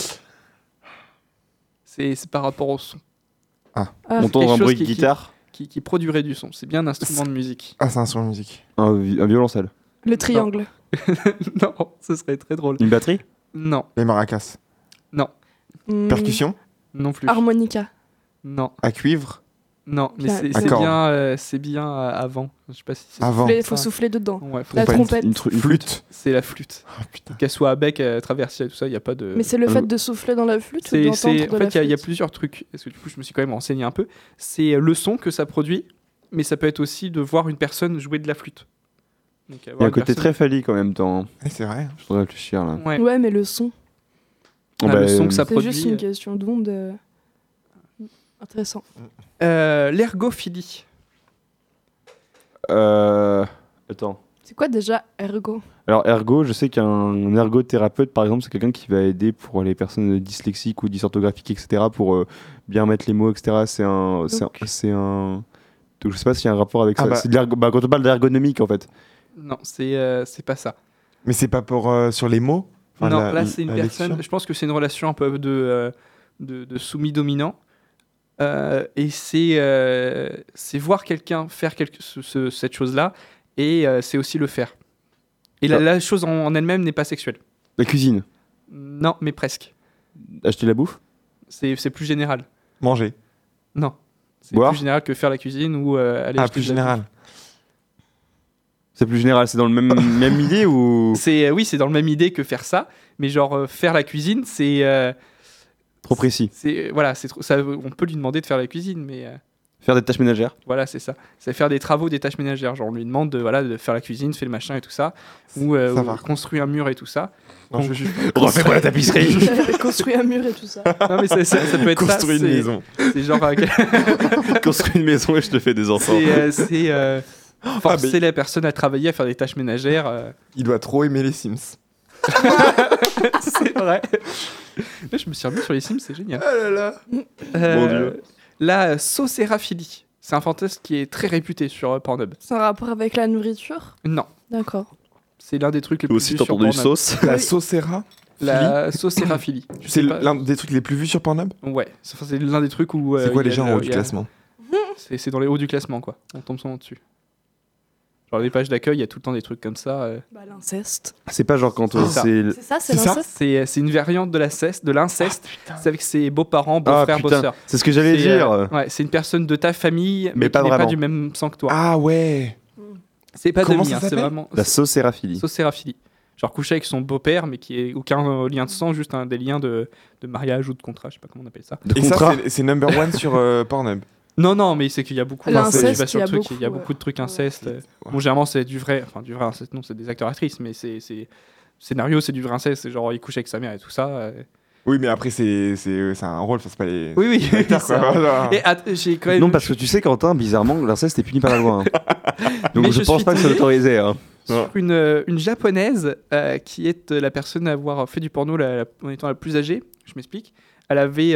S3: C'est par rapport au son.
S4: Ah.
S7: Entendre
S3: quelque
S7: un
S3: chose
S7: bruit de
S3: qui-
S7: guitare,
S3: Qui produirait du son. C'est bien un instrument de musique.
S2: Ah, c'est un son de musique.
S7: un violoncelle,
S4: Le triangle.
S3: Non, ce serait très drôle.
S7: une batterie.
S3: Non,
S2: Les maracas.
S4: Hmm,
S2: Percussion.
S3: non plus.
S4: Harmonica.
S3: Non,
S2: À cuivre.
S3: non, mais
S4: Piano.
S3: c'est bien avant. Je sais pas si c'est.
S2: Avant.
S4: Il faut souffler dedans.
S3: Ouais, faut
S4: La
S3: pas-
S4: trompette.
S7: Une
S2: Flûte.
S3: C'est la flûte.
S2: Ah putain.
S3: Qu'elle soit à bec, traversière et tout ça, il n'y a pas de.
S4: Mais c'est le fait de souffler dans la flûte ou
S3: C'est,
S4: d'entendre de
S3: en
S4: la
S3: fait, il y a
S4: flûte.
S3: plusieurs trucs. Parce que du coup, je me suis quand même renseigné un peu. C'est le son que ça produit, mais ça peut être aussi de voir une personne jouer de la flûte. Donc,
S7: Il y a un côté très phallique en même temps.
S2: Ouais, c'est vrai.
S7: Je dois réfléchir là.
S3: Ouais.
S4: Ouais, mais le son.
S3: Le son que ça
S4: C'est
S3: produit.
S4: juste une question d'onde. Intéressant.
S3: L'ergophilie.
S7: Attends.
S4: C'est quoi déjà ergo?
S7: Alors ergo, je sais qu'un ergothérapeute par exemple, c'est quelqu'un qui va aider pour les personnes dyslexiques ou dysorthographiques, etc. pour bien mettre les mots, etc. Donc je sais pas s'il y a un rapport avec ça.
S2: bah.
S7: C'est de quand on parle d'ergonomique en fait.
S3: Non, c'est pas ça.
S2: Mais c'est pas pour sur les mots. Enfin,
S3: Non,
S2: la-
S3: là c'est une
S2: la
S3: personne.
S2: lecture.
S3: Je pense que c'est une relation un peu de soumis-dominant. Et c'est voir quelqu'un faire cette chose-là, et c'est aussi le faire. Et la chose en elle-même n'est pas sexuelle.
S7: La cuisine.
S3: Non, mais presque.
S7: Acheter la bouffe.
S3: C'est plus général.
S2: Manger.
S3: Non. C'est
S7: Boire.
S3: plus général que faire la cuisine ou aller
S2: Ah,
S3: acheter
S2: plus
S3: de la
S2: général.
S7: C'est plus général, c'est dans le même idée ou
S3: Oui, c'est dans le même idée que faire ça, mais genre faire la cuisine, c'est
S7: trop précis?
S3: voilà, on peut lui demander de faire la cuisine, mais
S7: Faire des tâches ménagères.
S3: voilà, c'est ça. C'est faire des travaux, des tâches ménagères. Genre on lui demande de faire la cuisine, faire le machin et tout ça, ou
S2: va.
S3: construire un mur et tout ça.
S2: Non, je veux juste
S7: Refais-moi la tapisserie.
S4: Construire un mur et tout ça.
S3: Non mais ça peut être
S2: construire
S3: ça.
S2: une maison.
S3: C'est genre
S7: Construire une maison et je te fais des enfants.
S3: c'est forcer la personne à travailler, à faire des tâches ménagères.
S2: Il doit trop aimer les Sims.
S3: C'est vrai. Là, je me suis remis sur les Sims, c'est génial.
S2: Oh là là.
S7: Mon Dieu.
S3: La saucéraphilie. C'est un fantasme qui est très réputé sur Pornhub.
S4: C'est un rapport avec la nourriture?
S3: Non,
S4: D'accord.
S3: c'est l'un des trucs les
S7: J'ai
S3: plus
S7: aussi
S3: vus sur
S7: entendu
S3: Pornhub.
S7: sauce.
S2: La saucera.
S3: La saucéraphilie. Je
S2: C'est
S3: sais pas.
S2: l'un des trucs les plus vus sur Pornhub.
S3: Ouais, c'est l'un des trucs où.
S2: C'est quoi
S3: il y a
S2: déjà en
S3: le-
S2: haut du
S3: il y a-
S2: classement?
S3: C'est dans les hauts du classement, quoi. On tombe souvent dessus. Genre les pages d'accueil, il y a tout le temps des trucs comme ça.
S4: Bah, l'inceste.
S7: C'est pas genre quand
S3: C'est ça.
S4: C'est ça, c'est
S2: C'est ça
S4: l'inceste?
S3: C'est une variante de l'inceste. C'est avec ses beaux-parents, beaux-frères,
S7: putain.
S3: beaux-sœurs.
S7: C'est ce que j'allais
S3: C'est,
S7: dire.
S3: ouais, c'est une personne de ta famille, mais
S7: pas
S3: qui n'est pas
S7: vraiment.
S3: du même sang que toi.
S2: Ah ouais.
S3: C'est pas
S2: Comment
S3: demi,
S2: ça
S3: hein, c'est
S2: s'appelle
S3: vraiment
S7: La saucéraphilie.
S3: saucéraphilie. Genre coucher avec son beau-père, mais qui est aucun lien de sang, juste des liens de mariage ou de contrat, je sais pas comment on appelle ça.
S7: De
S2: Et
S7: contrat.
S2: ça, c'est number one sur Pornhub.
S3: Non, mais c'est qu'il y a beaucoup.
S4: L'inceste,
S3: je vais sur
S4: il y a
S3: le truc,
S4: beaucoup,
S3: il y a
S4: ouais.
S3: beaucoup de trucs incestes.
S2: Ouais.
S3: Bon, généralement, c'est du vrai inceste. Non, c'est des acteurs-actrices, mais c'est scénario, c'est du vrai inceste. C'est genre, il couche avec sa mère et tout ça.
S2: Oui, mais après, c'est un rôle, enfin, c'est pas les.
S3: Oui.
S2: acteurs,
S3: c'est
S2: quoi.
S3: vrai.
S2: Voilà.
S3: Et j'ai quand même.
S7: Non, parce que tu sais, Quentin, bizarrement, l'inceste est puni par la loi. hein. Donc
S3: Mais
S7: je
S3: je
S7: pense
S3: suis
S7: pas que c'est
S3: tombé
S7: autorisé. hein.
S3: sur une japonaise qui est la personne à avoir fait du porno en étant la plus âgée. Je m'explique. Elle avait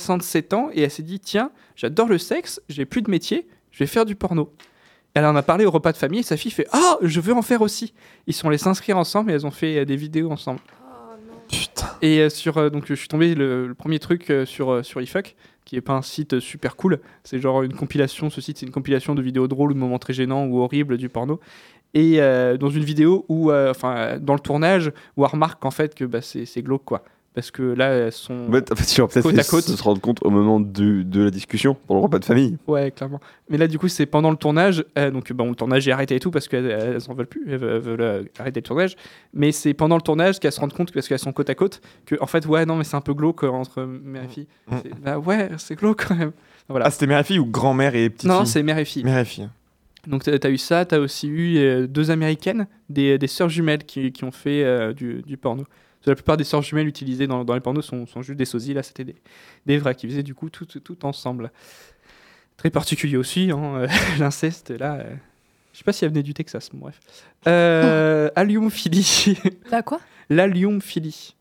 S3: 67 ans et elle s'est dit tiens, j'adore le sexe, j'ai plus de métier, je vais faire du porno. Elle en a parlé au repas de famille et sa fille fait ah, je veux en faire aussi. Ils sont allés s'inscrire ensemble et elles ont fait des vidéos ensemble.
S2: Putain.
S3: Et donc je suis tombé le premier truc sur eFuck, qui est pas un site super cool. C'est genre une compilation. Ce site, c'est une compilation de vidéos drôles ou de moments très gênants ou horribles du porno. Et dans une vidéo où, dans le tournage, où on remarque qu'en fait que c'est glauque quoi. Parce que là, elles sont.
S7: En fait, tu vas
S3: Côte à
S7: peut-être
S3: côte.
S7: se rendre compte au moment de la discussion pour le repas de famille.
S3: Ouais, clairement. Mais là, du coup, c'est pendant le tournage. Donc, bon, le tournage est arrêté et tout parce qu'elles en veulent plus. Elles veulent arrêter le tournage. Mais c'est pendant le tournage qu'elles se rendent compte, parce qu'elles sont côte à côte, que, en fait, ouais, non, mais c'est un peu glauque entre mère et fille. Bah ouais, c'est glauque quand même. Voilà.
S2: Ah, c'était mère et fille ou grand-mère et petite
S3: Non,
S2: fille
S3: c'est mère et fille.
S2: Mère et fille.
S3: Donc, t'as eu ça. T'as aussi eu deux américaines, des sœurs jumelles qui ont fait du porno. Parce que la plupart des sœurs jumelles utilisées dans les pornos sont juste des sosies. Là, c'était des vrais qui faisaient du coup tout ensemble. Très particulier aussi, hein, l'inceste. Là, je sais pas si elle venait du Texas. Bon, bref. Alliumphilie.
S4: Là, quoi?
S3: L'alliumphilie.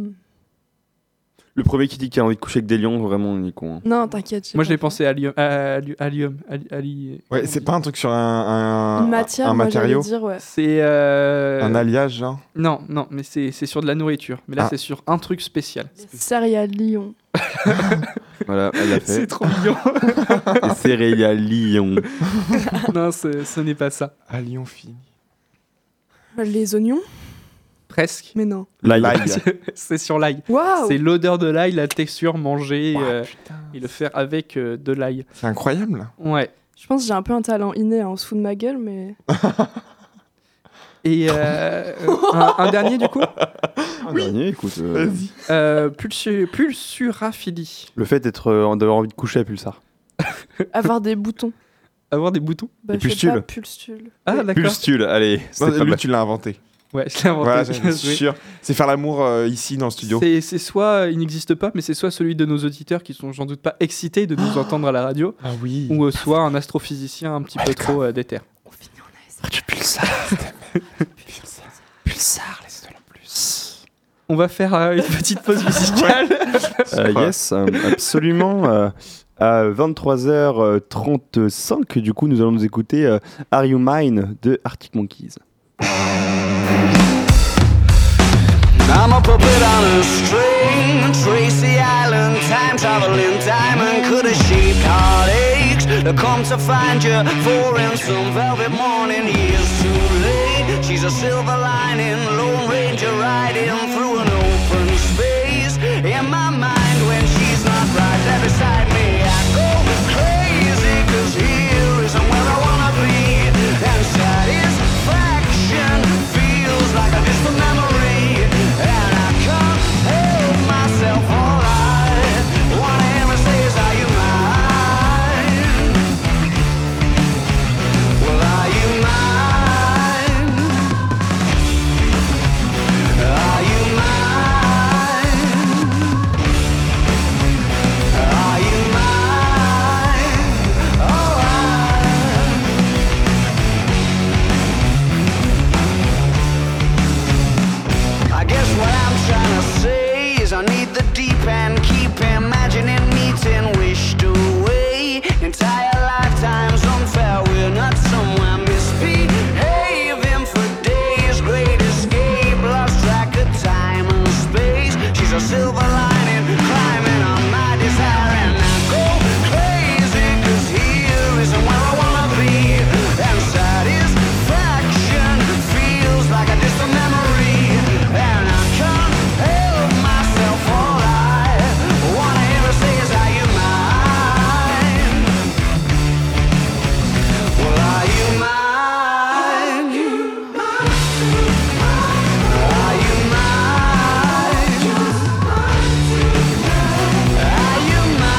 S7: Le premier qui dit qu'il a envie de coucher avec des lions, vraiment, il est con. hein.
S4: Non, t'inquiète. j'ai
S3: Moi,
S4: pas
S3: j'ai
S4: fait.
S3: pensé à allium.
S2: Ouais, c'est pas un truc sur un
S4: Une matière,
S2: un
S4: moi, j'allais
S2: matériau,
S4: dire, ouais.
S3: C'est.
S2: un alliage, genre.
S3: Non, mais c'est sur de la nourriture. Mais là,
S2: Ah.
S3: c'est sur un truc spécial.
S4: Céréales Lyon.
S7: Voilà, elle l'a fait.
S3: C'est trop mignon.
S7: Les céréales lions.
S3: Non, ce n'est pas ça.
S2: Alliumphilie.
S4: Les oignons?
S3: Presque.
S4: Mais non.
S2: L'ail.
S3: C'est sur l'ail.
S4: Waouh!
S3: C'est l'odeur de l'ail, la texture, manger
S2: Ouah,
S3: et le faire avec de l'ail.
S2: C'est incroyable.
S3: Ouais.
S4: Je pense que j'ai un peu un talent inné, hein, on se fout de ma gueule, mais.
S3: Et un dernier du coup,
S7: Un dernier, écoute.
S2: Vas-y.
S3: pulsuraphilie.
S7: Le fait d'avoir envie de coucher à Pulsar.
S4: Avoir des boutons.
S3: Avoir des boutons.
S4: Bah,
S7: Et
S4: je sais
S7: pustule.
S4: pas, pulstule.
S3: Ah, d'accord.
S7: Pulstule, allez.
S2: Non,
S7: C'était pas
S2: lui,
S7: mal.
S2: tu l'as inventé.
S3: Ouais, je l'ai inventé.
S2: Voilà, je
S3: Oui.
S2: suis sûr. C'est faire l'amour ici dans le studio.
S3: C'est soit, il n'existe pas, mais c'est soit celui de nos auditeurs qui sont, j'en doute pas, excités de nous entendre à la radio,
S2: Ah oui.
S3: ou soit un astrophysicien un petit peu trop déter.
S7: Du pulsar. Pulsar, laisse-le en plus.
S3: On va faire une petite pause musicale.
S7: Yes, absolument. À 23h35, du coup, nous allons nous écouter Are You Mine de Arctic Monkeys.
S8: I'm a puppet on a string, Tracy Island, time traveling diamond could have shaped heartaches to come to find you for in some velvet morning. Years too late, she's a silver lining, Lone Ranger riding through an open space. In my mind when she's not right there beside me, I go crazy, 'cause here isn't where I wanna be. And satisfaction feels like a distant memory, and I can't help myself. All I wanna hear her say is, are you mine? Well, are you mine? Are you mine? Are you mine? Oh, I guess what I'm trying to say is I need the deep end, keep imagining meeting wished away. Entire lifetimes unfair, we're not somewhere misbehaving for days. Great escape, lost track of time and space. She's a silver lining, climbing on my desire, and I go crazy, 'cause here isn't where I wanna be. And satisfaction feels like a distant memory, and I can't help myself. All I wanna hear her say is, are you mine? Well, are you mine? Are you mine? Are you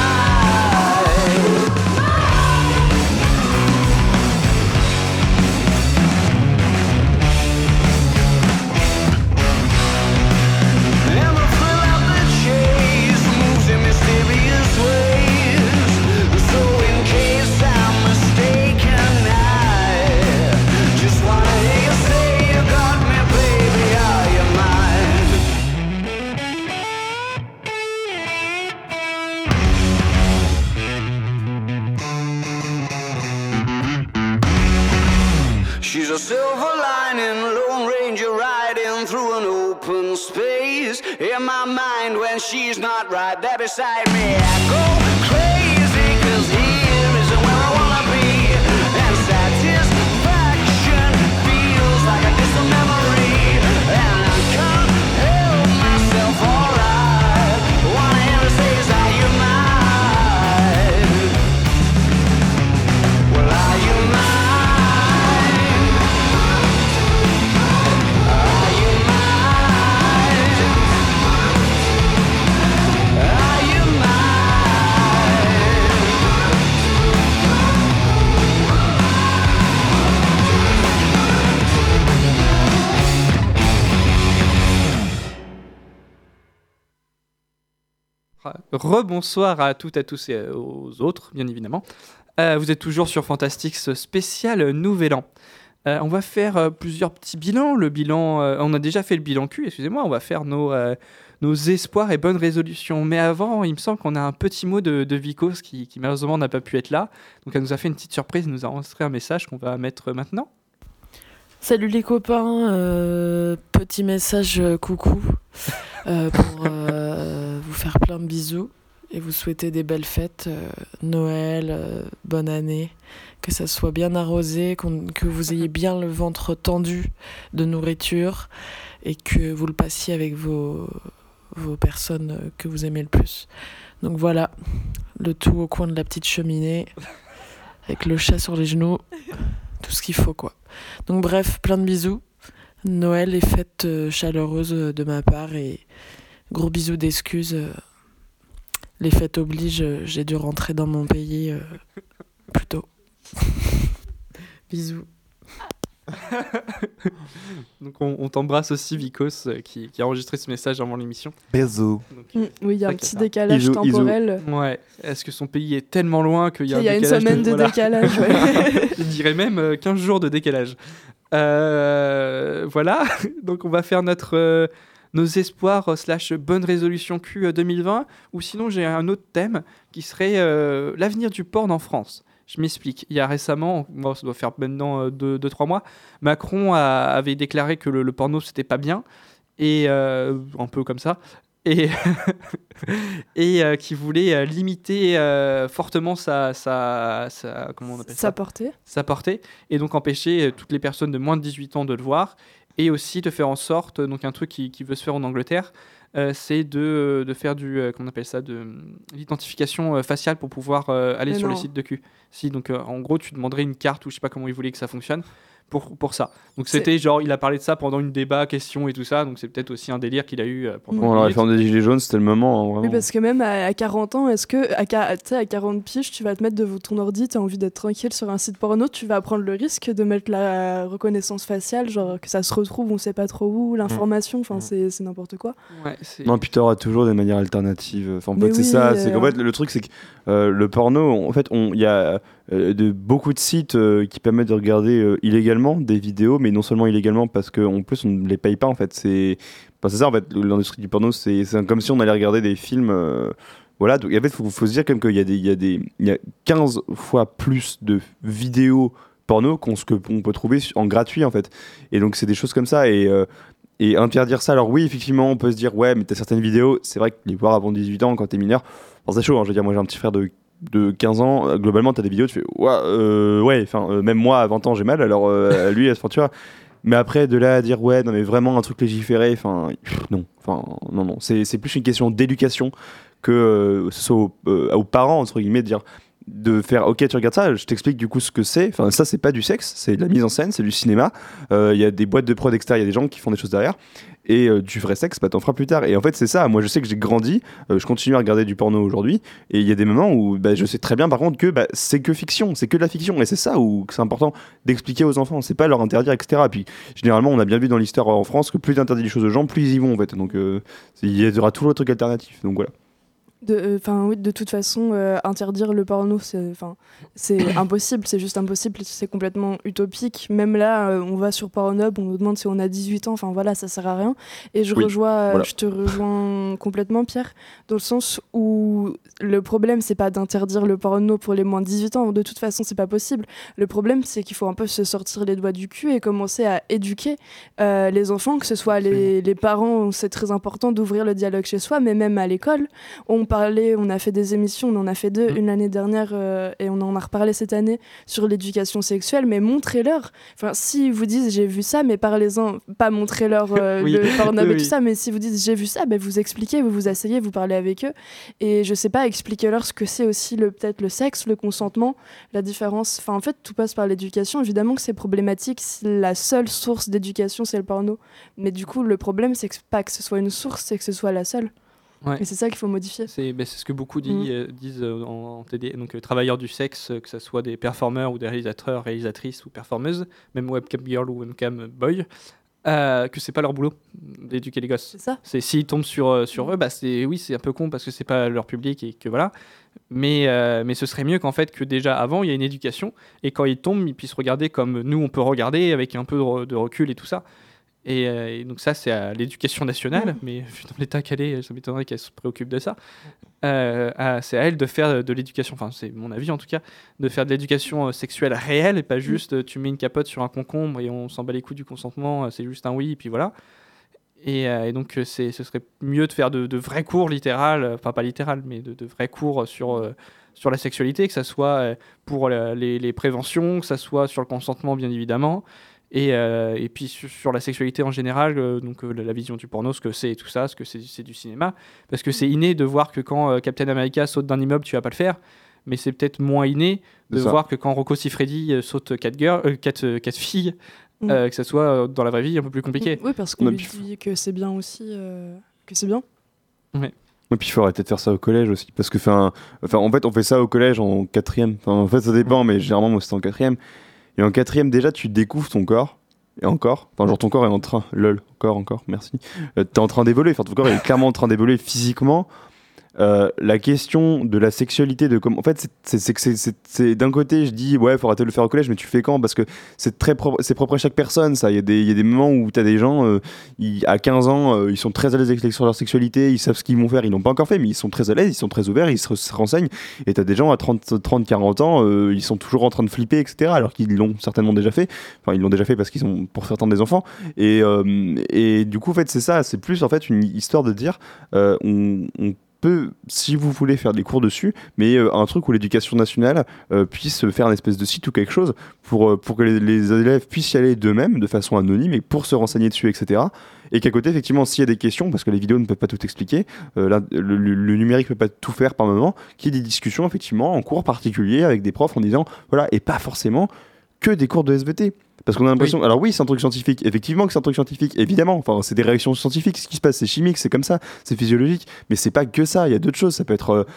S8: mine? And the thrill of the chase moves in mysterious ways. So in case I'm mistaken, I just wanna hear you say you got me, baby. Are you mine? She's a silver lining, Lone Ranger riding through an open space. In my mind when she's not right there beside me, I go crazy, 'cause here isn't where I wanna be. And satisfaction feels like a distant memory, and I can't help myself. All I wanna hear her say is, are you mine? Well, are you mine? Are you mine? Are you
S3: Rebonsoir à toutes, à tous et aux autres, bien évidemment. Vous êtes toujours sur Fantastics spécial Nouvel An. On va faire plusieurs petits bilans. Le bilan, on a déjà fait le bilan cul, excusez-moi. On va faire nos espoirs et bonnes résolutions. Mais avant, il me semble qu'on a un petit mot de Vicos qui malheureusement n'a pas pu être là. Donc elle nous a fait une petite surprise, elle nous a enregistré un message qu'on va mettre maintenant.
S9: Salut les copains, petit message coucou pour vous faire plein de bisous et vous souhaiter des belles fêtes, Noël, bonne année, que ça soit bien arrosé, que vous ayez bien le ventre tendu de nourriture et que vous le passiez avec vos personnes que vous aimez le plus. Donc voilà, le tout au coin de la petite cheminée, avec le chat sur les genoux, tout ce qu'il faut quoi. Donc bref, plein de bisous, Noël et fêtes chaleureuses de ma part et gros bisous d'excuses. Les fêtes obligent, j'ai dû rentrer dans mon pays plus tôt. Bisous.
S3: Donc on t'embrasse aussi, Vicos, qui a enregistré ce message avant l'émission.
S2: Bisous.
S3: Donc,
S4: Oui, il y a un
S3: tac,
S4: petit
S3: ça.
S4: décalage
S7: Iso.
S4: temporel.
S3: ouais. Est-ce que son pays est tellement loin qu'il y a un
S4: Il y a une
S3: décalage
S4: semaine de
S3: voilà.
S4: décalage. Ouais.
S3: Je dirais même 15 jours de décalage. Voilà, donc on va faire nos espoirs / bonne résolution Q 2020, ou sinon j'ai un autre thème qui serait l'avenir du porn en France. Je m'explique. Il y a récemment, bon, ça doit faire maintenant 2-3 mois, Macron avait déclaré que le porno c'était pas bien, et un peu comme ça, et, et qui voulait limiter fortement sa comment on appelle ça, sa portée, et donc empêcher toutes les personnes de moins de 18 ans de le voir, et aussi de faire en sorte, donc un truc qui veut se faire en Angleterre, c'est de faire comment on appelle ça, de l'identification faciale pour pouvoir aller
S4: Mais
S3: sur les
S4: non.
S3: sites de cul. Si, donc en gros tu demanderais une carte, ou je sais pas comment ils voulaient que ça fonctionne, pour ça. Donc c'était genre, il a parlé de ça pendant une débat, question et tout ça, donc c'est peut-être aussi un délire qu'il a eu pendant
S7: Bon,
S3: une
S7: la
S3: minute.
S7: réforme des Gilets jaunes, c'était le moment, hein, vraiment.
S4: Oui, parce que même à 40 ans, est-ce que tu sais, à 40 piges, tu vas te mettre devant ton ordi, tu as envie d'être tranquille sur un site porno, tu vas prendre le risque de mettre la reconnaissance faciale, genre que ça se retrouve, on sait pas trop où, l'information, enfin c'est n'importe quoi.
S3: Ouais, c'est...
S7: Non, puis t'auras toujours des manières alternatives. Enfin, en
S4: Mais
S7: fait, c'est
S4: oui,
S7: ça. C'est qu'en fait, le truc, c'est que le porno, en fait, il y a beaucoup de sites qui permettent de regarder illégalement des vidéos, mais non seulement illégalement, parce qu'en plus, on ne les paye pas, en fait. C'est ça, en fait, l'industrie du porno, c'est comme si on allait regarder des films. Voilà, donc en fait, faut se dire quand même qu'il y a 15 fois plus de vidéos porno qu'on peut trouver en gratuit, en fait. Et donc, c'est des choses comme ça. Et interdire ça, alors oui, effectivement, on peut se dire, ouais, mais t'as certaines vidéos, c'est vrai que les voir avant 18 ans quand t'es mineur, enfin, c'est chaud, hein, je veux dire, moi j'ai un petit frère de 15 ans, globalement t'as des vidéos, tu fais, ouais, enfin, même moi à 20 ans j'ai mal, alors lui, enfin, tu vois, mais après de là à dire, ouais, non mais vraiment un truc légiféré, enfin, non, c'est plus une question d'éducation que ce soit aux parents, entre guillemets, de faire ok tu regardes ça, je t'explique du coup ce que c'est, enfin ça c'est pas du sexe, c'est de la mise en scène, c'est du cinéma, il y a des boîtes de prod extérieures, il y a des gens qui font des choses derrière, et du vrai sexe bah t'en feras plus tard, et en fait c'est ça, moi je sais que j'ai grandi, je continue à regarder du porno aujourd'hui, et il y a des moments où bah, je sais très bien par contre que bah, c'est que fiction, c'est que de la fiction, et c'est ça où c'est important d'expliquer aux enfants, c'est pas leur interdire etc, puis généralement on a bien vu dans l'histoire en France que plus t'interdis les choses aux gens, plus ils y vont en fait, donc il y aura toujours des trucs alternatifs, donc voilà.
S4: Oui, de toute façon, interdire le porno, c'est impossible, c'est juste impossible, c'est complètement utopique. Même là, on va sur Pornhub, on nous demande si on a 18 ans, enfin voilà, ça sert à rien. Et je te rejoins complètement, Pierre, dans le sens où le problème, c'est pas d'interdire le porno pour les moins de 18 ans, de toute façon, c'est pas possible. Le problème, c'est qu'il faut un peu se sortir les doigts du cul et commencer à éduquer les enfants, que ce soit les parents, c'est très important d'ouvrir le dialogue chez soi, mais même à l'école. On a fait des émissions, on en a fait 2, une l'année dernière et on en a reparlé cette année sur l'éducation sexuelle, mais montrez-leur. Enfin, si vous disent j'ai vu ça, mais parlez-en, pas montrez-leur le Pornhub et tout ça, mais si vous dites j'ai vu ça, ben vous expliquez, vous vous asseyez, vous parlez avec eux. Et je sais pas, expliquez-leur ce que c'est aussi peut-être le sexe, le consentement, la différence. Enfin, en fait, tout passe par l'éducation. Évidemment que c'est problématique si la seule source d'éducation c'est le porno. Mais du coup, le problème, c'est pas que ce soit une source, c'est que ce soit la seule.
S3: Ouais.
S4: Et c'est ça qu'il faut modifier.
S3: C'est ce que beaucoup disent en TD, donc travailleurs du sexe, que ce soit des performeurs ou des réalisateurs, réalisatrices ou performeuses, même webcam girl ou webcam boy, que c'est pas leur boulot d'éduquer les gosses.
S4: C'est ça.
S3: S'ils tombent sur eux, bah c'est un peu con parce que c'est pas leur public et que voilà. Mais ce serait mieux qu'en fait que déjà avant il y a une éducation et quand ils tombent ils puissent regarder comme nous on peut regarder avec un peu de recul et tout ça. Et donc ça, c'est à l'éducation nationale, mais vu dans l'état qu'elle est, ça m'étonnerait qu'elle se préoccupe de ça. C'est à elle de faire de l'éducation, enfin c'est mon avis en tout cas, de faire de l'éducation sexuelle réelle et pas juste tu mets une capote sur un concombre et on s'en bat les couilles du consentement, c'est juste un oui et puis voilà. Et donc ce serait mieux de faire de vrais cours littéral, enfin pas littéral, mais de vrais cours sur la sexualité, que ça soit pour les préventions, que ça soit sur le consentement bien évidemment. Et puis sur la sexualité en général, donc la vision du porno, ce que c'est et tout ça, ce que c'est du cinéma, parce que c'est inné de voir que quand Captain America saute d'un immeuble, tu vas pas le faire, mais c'est peut-être moins inné de voir que quand Rocco Siffredi saute 4 filles, que ça soit dans la vraie vie un peu plus compliqué.
S4: Oui, parce qu'on lui dit que c'est bien aussi, que c'est bien.
S3: Ouais.
S7: Et puis il faut arrêter de faire ça au collège aussi. Parce que, en fait, on fait ça au collège en 4e. En fait, ça dépend, mais généralement, moi, c'était en 4e. Et en 4e, déjà, tu découvres ton corps. Et encore. Enfin, genre, ton corps est en train. Lol. Encore, merci. T'es en train d'évoluer. Enfin, ton corps est clairement en train d'évoluer physiquement. La question de la sexualité, en fait, c'est d'un côté, je dis ouais, faut arrêter de le faire au collège, mais tu fais quand? Parce que c'est propre à chaque personne, ça. Il y a des moments où t'as des gens, à 15 ans, ils sont très à l'aise sur leur sexualité, ils savent ce qu'ils vont faire, ils l'ont pas encore fait, mais ils sont très à l'aise, ils sont très ouverts, ils se renseignent. Et t'as des gens à 30, 40 ans, ils sont toujours en train de flipper, etc., alors qu'ils l'ont certainement déjà fait. Enfin, ils l'ont déjà fait parce qu'ils ont, pour certains, des enfants. Et du coup, en fait, c'est ça, c'est plus en fait une histoire de dire, on peut, si vous voulez, faire des cours dessus, mais un truc où l'éducation nationale puisse faire une espèce de site ou quelque chose pour que les élèves puissent y aller d'eux-mêmes de façon anonyme et pour se renseigner dessus, etc. Et qu'à côté, effectivement, s'il y a des questions, parce que les vidéos ne peuvent pas tout expliquer, le numérique ne peut pas tout faire par moment, qu'il y ait des discussions, effectivement, en cours particulier avec des profs en disant, voilà, et pas forcément que des cours de SVT. Parce qu'on a l'impression, alors oui, c'est un truc scientifique, effectivement que c'est un truc scientifique, évidemment, enfin c'est des réactions scientifiques, ce qui se passe, c'est chimique, c'est comme ça, c'est physiologique, mais c'est pas que ça, il y a d'autres choses, ça peut être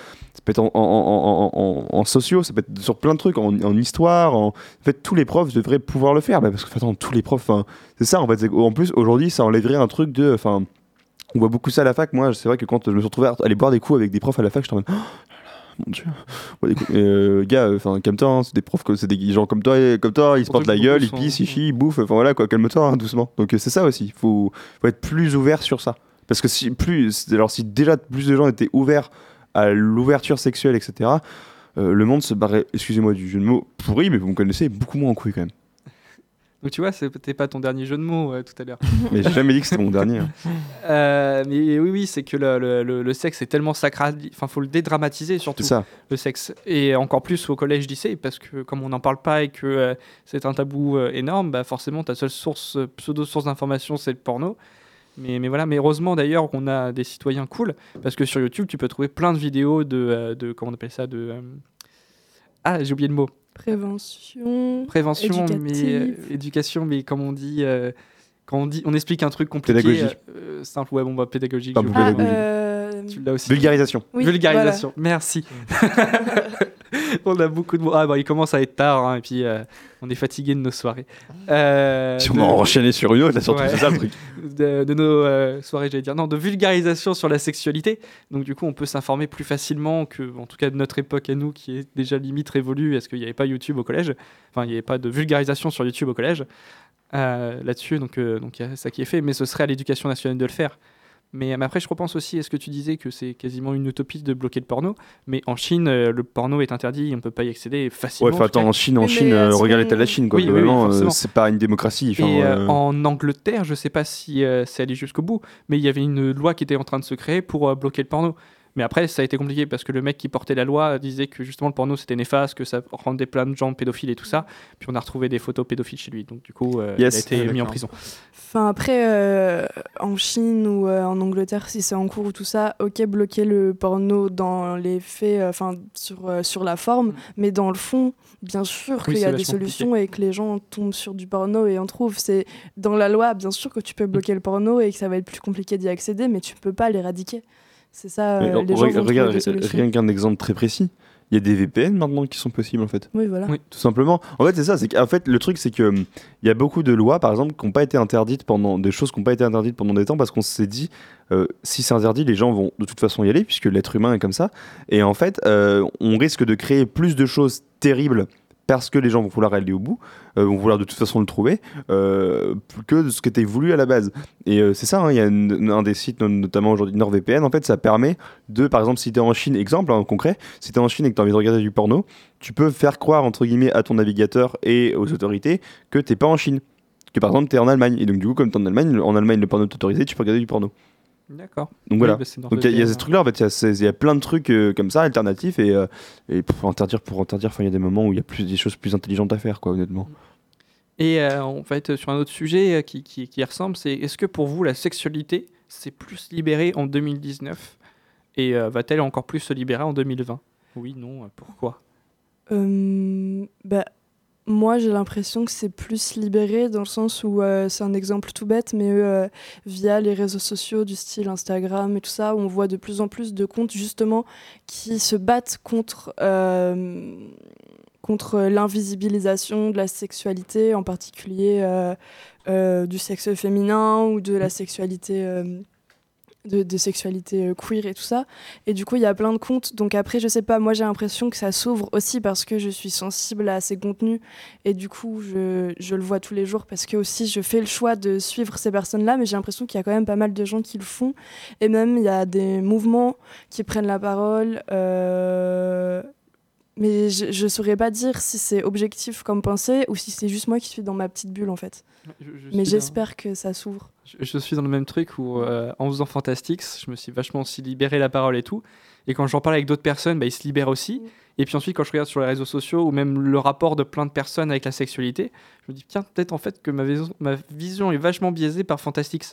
S7: en sociaux, ça peut être sur plein de trucs, en histoire, en fait tous les profs devraient pouvoir le faire, parce que attends, tous les profs, c'est ça en fait, en plus aujourd'hui ça enlèverait un truc de, on voit beaucoup ça à la fac, moi c'est vrai que quand je me suis retrouvé à aller boire des coups avec des profs à la fac, je t'en mon Dieu. Ouais, gars, calme-toi, hein, c'est des profs, c'est des gens comme toi, ils se portent la gueule, ils pissent, ils chient, ils bouffent, enfin voilà quoi, calme-toi, hein, doucement. Donc c'est ça aussi, faut être plus ouvert sur ça. Parce que si déjà plus de gens étaient ouverts à l'ouverture sexuelle, etc., le monde se barrait, excusez-moi du jeu de mots pourri, mais vous me connaissez, beaucoup moins en couille quand même.
S3: Donc tu vois, c'était pas ton dernier jeu de mots tout à l'heure.
S7: Mais j'ai jamais dit que c'était mon dernier.
S3: Mais oui, c'est que le sexe est tellement sacralisé, enfin faut le dédramatiser surtout,
S7: c'est ça.
S3: Le sexe. Et encore plus au collège, lycée, parce que comme on n'en parle pas et que c'est un tabou énorme, bah forcément ta seule pseudo-source d'information c'est le porno. Mais voilà, mais heureusement d'ailleurs qu'on a des citoyens cool, parce que sur YouTube tu peux trouver plein de vidéos de comment on appelle ça, ah j'ai oublié le mot.
S4: Prévention,
S3: mais éducation, mais comme on dit, quand on explique un truc compliqué, simple, pédagogique. Tu l'as aussi.
S7: Vulgarisation.
S4: Oui,
S3: vulgarisation.
S4: Voilà.
S3: Merci. On a beaucoup de mots. Il commence à être tard, hein, et puis on est fatigué de nos soirées.
S7: Si on m'a enchaîné sur une autre, là, surtout, c'est ça le truc.
S3: De nos soirées, j'allais dire. Non, de vulgarisation sur la sexualité. Donc, du coup, on peut s'informer plus facilement que, en tout cas, de notre époque à nous, qui est déjà limite révolue, parce qu'il n'y avait pas YouTube au collège. Enfin, il n'y avait pas de vulgarisation sur YouTube au collège là-dessus. Donc, il y a ça qui est fait. Mais ce serait à l'éducation nationale de le faire. Mais après, je repense aussi à ce que tu disais, que c'est quasiment une utopie de bloquer le porno. Mais en Chine, le porno est interdit, on ne peut pas y accéder facilement.
S7: Ouais, attends, en Chine, regarde l'état de la Chine, quoi.
S3: Oui,
S7: c'est pas une démocratie.
S3: Et en Angleterre, je ne sais pas si c'est allé jusqu'au bout, mais il y avait une loi qui était en train de se créer pour bloquer le porno. Mais après, ça a été compliqué parce que le mec qui portait la loi disait que justement le porno c'était néfaste, que ça rendait plein de gens pédophiles et tout ça. Puis on a retrouvé des photos pédophiles chez lui. Donc du coup, il a été mis en prison.
S4: Enfin, après, en Chine ou en Angleterre, si c'est en cours ou tout ça, ok, bloquer le porno dans les faits, sur la forme, mais dans le fond, bien sûr qu'il y a des solutions et que les gens tombent sur du porno et en trouvent. C'est dans la loi, bien sûr que tu peux bloquer le porno et que ça va être plus compliqué d'y accéder, mais tu peux pas l'éradiquer. C'est ça, les gens vont trouver des solutions.
S7: Rien qu'un exemple très précis. Il y a des VPN maintenant qui sont possibles en fait.
S4: Oui, voilà.
S7: Oui. Tout simplement. En fait, c'est ça. En fait, le truc, c'est que il y a beaucoup de lois, par exemple, qui n'ont pas été interdites pendant des choses qui n'ont pas été interdites pendant des temps parce qu'on s'est dit, si c'est interdit, les gens vont de toute façon y aller puisque l'être humain est comme ça. Et en fait, on risque de créer plus de choses terribles parce que les gens vont vouloir aller au bout, vont vouloir de toute façon le trouver, que de ce qui était voulu à la base. Et c'est ça, hein, il y a un des sites, notamment aujourd'hui NordVPN, en fait, ça permet de, par exemple, si tu es en Chine, exemple concret, si tu es en Chine et que tu as envie de regarder du porno, tu peux faire croire, entre guillemets, à ton navigateur et aux autorités que tu n'es pas en Chine. Que par exemple, tu es en Allemagne. Et donc, du coup, comme tu es en Allemagne, le porno est autorisé, tu peux regarder du porno.
S3: D'accord.
S7: Donc voilà. Donc il y a ces trucs-là, en fait, il y a plein de trucs comme ça, alternatifs, et pour interdire, il y a des moments où il y a des choses plus intelligentes à faire, quoi, honnêtement.
S3: Et on va être sur un autre sujet qui ressemble, c'est est-ce que pour vous la sexualité s'est plus libérée en 2019 et va-t-elle encore plus se libérer en 2020 ? Oui, non, pourquoi ?
S4: Moi, j'ai l'impression que c'est plus libéré dans le sens où c'est un exemple tout bête, mais via les réseaux sociaux du style Instagram et tout ça, où on voit de plus en plus de comptes justement qui se battent contre l'invisibilisation de la sexualité, en particulier du sexe féminin ou de la sexualité de sexualité queer et tout ça. Et du coup, il y a plein de comptes. Donc après, je sais pas, moi j'ai l'impression que ça s'ouvre aussi parce que je suis sensible à ces contenus. Et du coup, je le vois tous les jours parce que aussi je fais le choix de suivre ces personnes-là. Mais j'ai l'impression qu'il y a quand même pas mal de gens qui le font. Et même, il y a des mouvements qui prennent la parole. Mais je saurais pas dire si c'est objectif comme pensée ou si c'est juste moi qui suis dans ma petite bulle en fait. Mais j'espère que ça s'ouvre.
S3: Je suis dans le même truc où en faisant Fantastix, je me suis vachement aussi libéré la parole et tout. Et quand j'en parle avec d'autres personnes, ils se libèrent aussi. Et puis ensuite, quand je regarde sur les réseaux sociaux ou même le rapport de plein de personnes avec la sexualité, je me dis tiens, peut-être en fait que ma vision est vachement biaisée par Fantastix.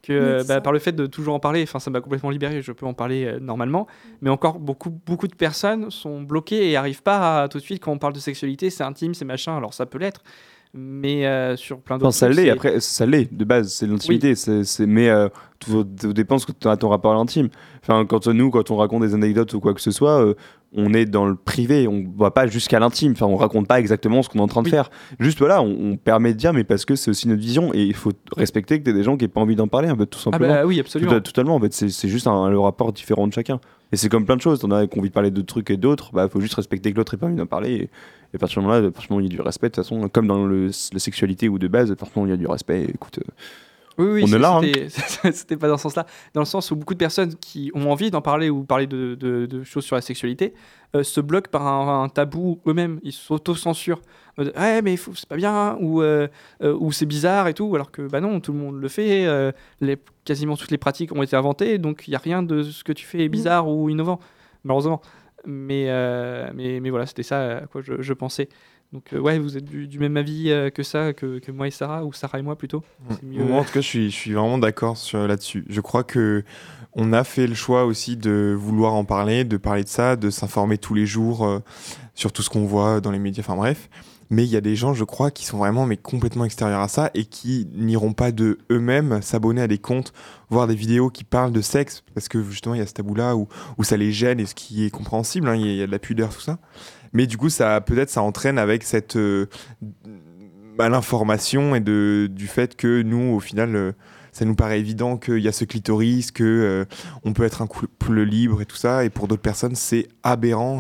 S3: Par le fait de toujours en parler, ça m'a complètement libéré, je peux en parler normalement. Mais encore, beaucoup de personnes sont bloquées et n'arrivent pas à tout de suite, quand on parle de sexualité, c'est intime, c'est machin, alors ça peut l'être. Mais sur plein d'autres
S7: ça l'est, après, ça l'est, de base, c'est l'intimité. Oui. Mais tout dépend de ce que tu as ton rapport à l'intime. Quand on raconte des anecdotes ou quoi que ce soit, on est dans le privé, on va pas jusqu'à l'intime, on raconte pas exactement ce qu'on est en train de faire. Juste voilà, on permet de dire, mais parce que c'est aussi notre vision et il faut respecter que t'es des gens qui n'aient pas envie d'en parler, tout simplement.
S3: Oui, absolument.
S7: Totalement, en fait, c'est juste le rapport différent de chacun. Et c'est comme plein de choses, t'en as qui ont envie de parler de trucs et d'autres, faut juste respecter que l'autre n'ait pas envie d'en parler. Et à partir de là, il y a du respect, de toute façon, comme dans la sexualité ou de base, à partir il y a du respect. Écoute,
S3: oui,
S7: on est là.
S3: C'était pas dans ce sens-là. Dans le sens où beaucoup de personnes qui ont envie d'en parler ou parler de choses sur la sexualité se bloquent par un tabou eux-mêmes. Ils s'auto-censurent. Mais c'est pas bien, ou c'est bizarre et tout. Alors que non, tout le monde le fait. Quasiment toutes les pratiques ont été inventées. Donc il n'y a rien de ce que tu fais est bizarre ou innovant, malheureusement. Mais voilà, c'était ça à quoi je pensais. Donc vous êtes du même avis que moi et Sarah, ou Sarah et moi plutôt.
S2: Moi en tout cas je suis vraiment d'accord là-dessus. Je crois que on a fait le choix aussi de vouloir en parler, de parler de ça, de s'informer tous les jours sur tout ce qu'on voit dans les médias, enfin bref. Mais il y a des gens, je crois, qui sont vraiment complètement extérieurs à ça et qui n'iront pas de eux-mêmes s'abonner à des comptes, voir des vidéos qui parlent de sexe, parce que justement il y a ce tabou-là où ça les gêne, et ce qui est compréhensible, il y a de la pudeur, tout ça. Mais du coup, ça entraîne avec cette l'information et du fait que nous, au final, ça nous paraît évident qu'il y a ce clitoris, que on peut être un couple libre et tout ça, et pour d'autres personnes, c'est aberrant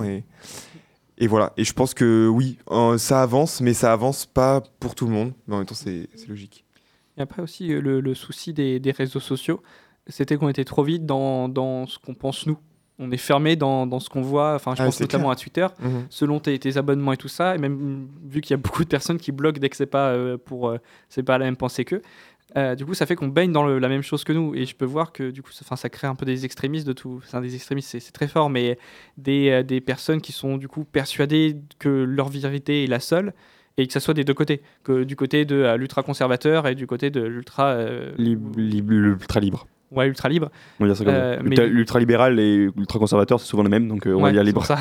S2: et voilà. Et je pense que oui, ça avance, mais ça avance pas pour tout le monde. Mais en même temps, c'est logique.
S3: Et après aussi, le souci des réseaux sociaux, c'était qu'on était trop vite dans ce qu'on pense nous. On est fermé dans ce qu'on voit, je pense notamment à Twitter, selon tes abonnements et tout ça, et même vu qu'il y a beaucoup de personnes qui bloquent dès que c'est pas c'est pas la même pensée qu'eux. Du coup, ça fait qu'on baigne dans la même chose que nous, et je peux voir que du coup, ça crée un peu des extrémistes de tout. Des extrémistes, c'est très fort, mais des personnes qui sont du coup persuadées que leur vérité est la seule, et que ça soit des deux côtés, que du côté de l'ultra-conservateur et du côté de l'ultra...
S7: l'ultra libre.
S3: Ouais, ultra libre.
S7: On va dire ça comme ça. L'ultra libéral et l'ultra conservateur, c'est souvent le même, donc on va dire libre.
S3: Ça.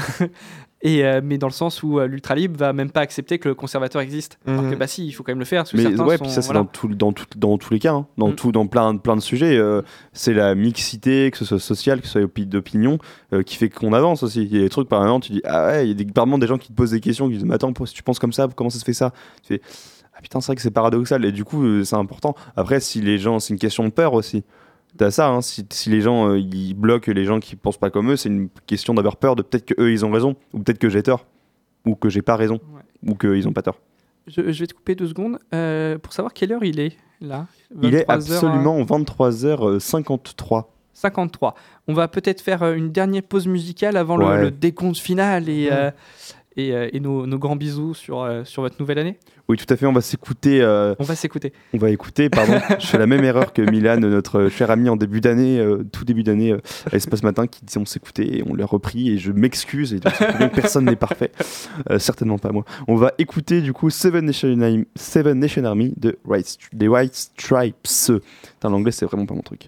S3: Mais dans le sens où l'ultra libre va même pas accepter que le conservateur existe. Alors que si, il faut quand même le faire.
S7: Mais puis ça c'est dans tous les cas, hein. Dans plein de sujets. C'est la mixité, que ce soit sociale, que ce soit d'opinion, qui fait qu'on avance aussi. Il y a des trucs par exemple, tu dis il y a par moment des gens qui te posent des questions, qui disent mais attends, si tu penses comme ça, comment ça se fait ça? Tu fais putain, c'est vrai que c'est paradoxal, et du coup c'est important. Après, si les gens, c'est une question de peur aussi. T'as ça, hein, si les gens ils bloquent les gens qui pensent pas comme eux, c'est une question d'avoir peur de peut-être qu'eux ils ont raison, ou peut-être que j'ai tort, ou que j'ai pas raison, ou qu'ils ont pas tort.
S3: Je vais te couper 2 secondes pour savoir quelle heure il est là.
S7: Il est absolument 23h53.
S3: 53. On va peut-être faire une dernière pause musicale avant le décompte final et nos grands bisous sur votre nouvelle année.
S7: Oui, tout à fait, on va s'écouter. On va écouter, pardon. Je fais la même erreur que Milan, notre cher ami en début d'année, tout début d'année, à l'Espace Matin, qui disait on s'écoutait, et on l'a repris, et je m'excuse, et personne n'est parfait. Certainement pas moi. On va écouter du coup Seven Nation Army des White Stripes. En anglais, c'est vraiment pas mon truc.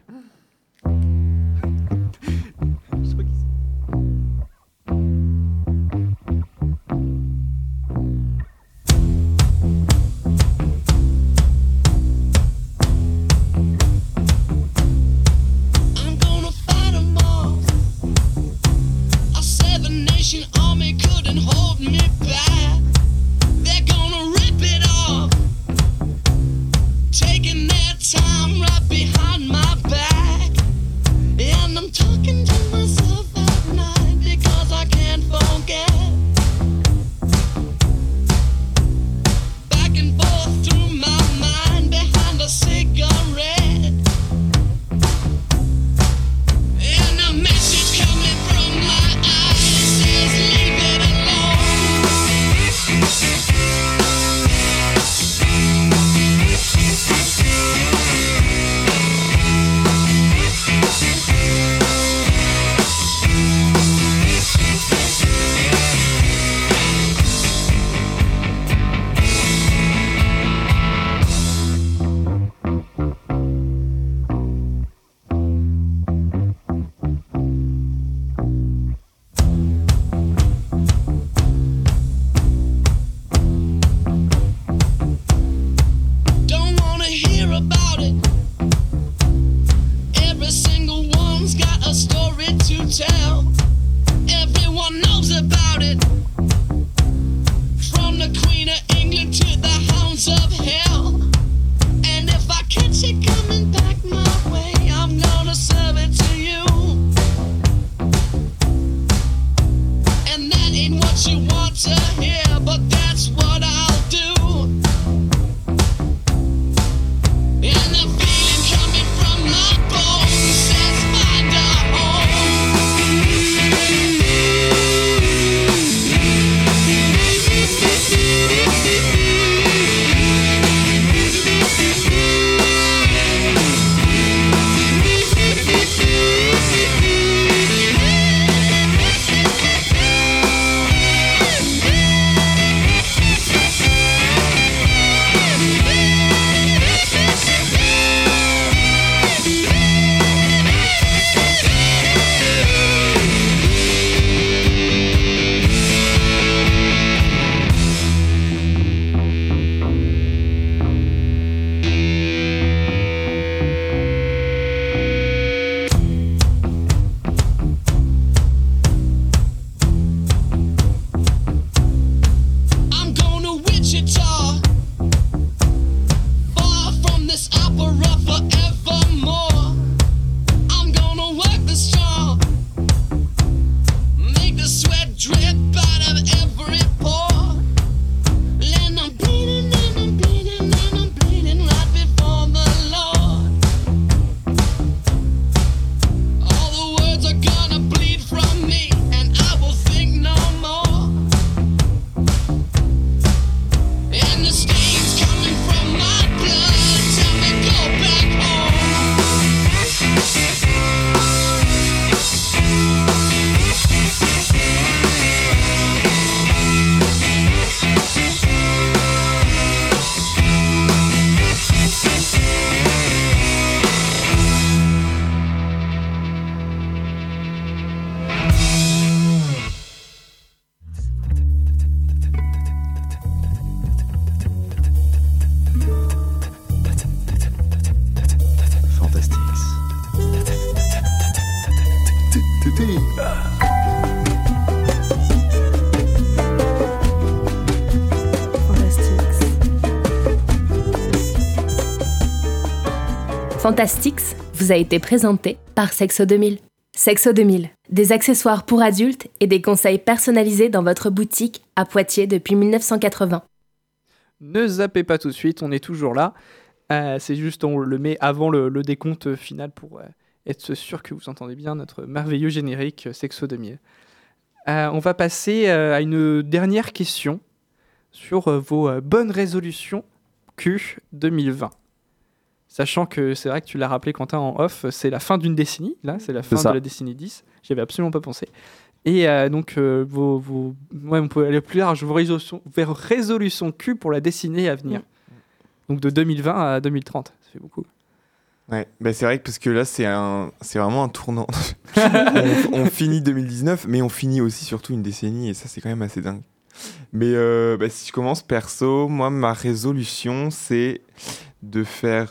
S1: Fantastix vous a été présenté par Sexo 2000. Sexo 2000, des accessoires pour adultes et des conseils personnalisés dans votre boutique à Poitiers depuis 1980.
S3: Ne zappez pas tout de suite, on est toujours là. C'est juste, on le met avant le décompte final pour être sûr que vous entendez bien notre merveilleux générique Sexo 2000. On va passer à une dernière question sur vos bonnes résolutions Q 2020. Sachant que c'est vrai que tu l'as rappelé, Quentin, en off, c'est la fin d'une décennie, là, c'est la fin de la décennie 10. J'y avais absolument pas pensé. Et donc, on peut aller plus large, vos résolutions Q pour la décennie à venir. Donc de 2020 à 2030, ça fait beaucoup.
S2: Ouais, bah c'est vrai que parce que là, c'est vraiment un tournant. on finit 2019, mais on finit aussi surtout une décennie, et ça, c'est quand même assez dingue. Mais si je commence perso, moi, ma résolution, c'est de faire...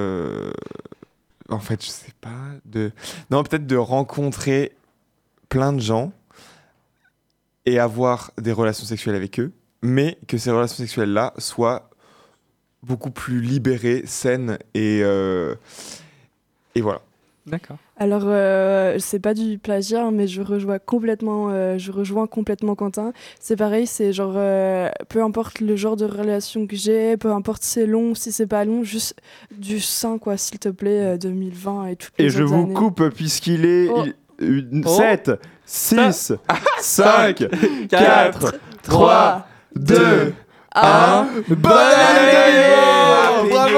S2: en fait, je sais pas... peut-être de rencontrer plein de gens et avoir des relations sexuelles avec eux, mais que ces relations sexuelles-là soient beaucoup plus libérées, saines et voilà.
S3: D'accord.
S4: Alors, c'est pas du plagiat, mais je rejoins complètement Quentin. C'est pareil, c'est genre, peu importe le genre de relation que j'ai, peu importe si c'est long ou si c'est pas long, juste du sein, quoi, s'il te plaît, 2020 et toutes les autres années.
S7: Et je vous coupe puisqu'il est 7, 6, 5, 4, 3, 2, 1.
S2: Bonne année! Bravo!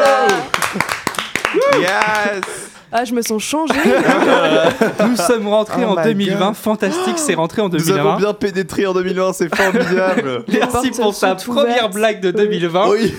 S2: Yes!
S4: Ah, je me sens changée.
S3: Nous sommes rentrés en 2020. God. Fantastique, c'est rentré en 2020.
S7: Nous avons bien pénétré en 2020, c'est formidable.
S3: Merci pour ta première blague de 2020. Oui.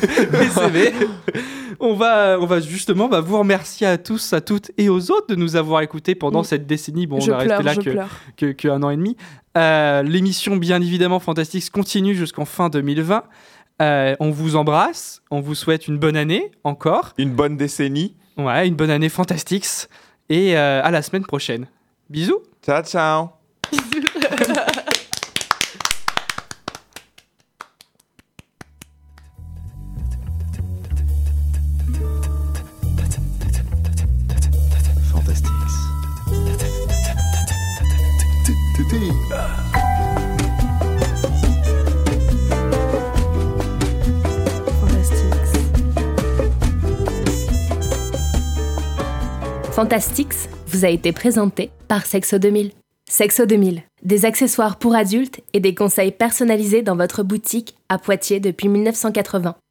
S3: On va justement vous remercier à tous, à toutes et aux autres de nous avoir écoutés pendant cette décennie. Bon, on est resté là que 1 an et demi. L'émission, bien évidemment, Fantastique continue jusqu'en fin 2020. On vous embrasse, on vous souhaite une bonne année encore.
S2: Une bonne décennie.
S3: Ouais, une bonne année Fantastix. Et à la semaine prochaine. Bisous.
S2: Ciao, ciao.
S1: Fantastix vous a été présenté par Sexo 2000. Sexo 2000, des accessoires pour adultes et des conseils personnalisés dans votre boutique à Poitiers depuis 1980.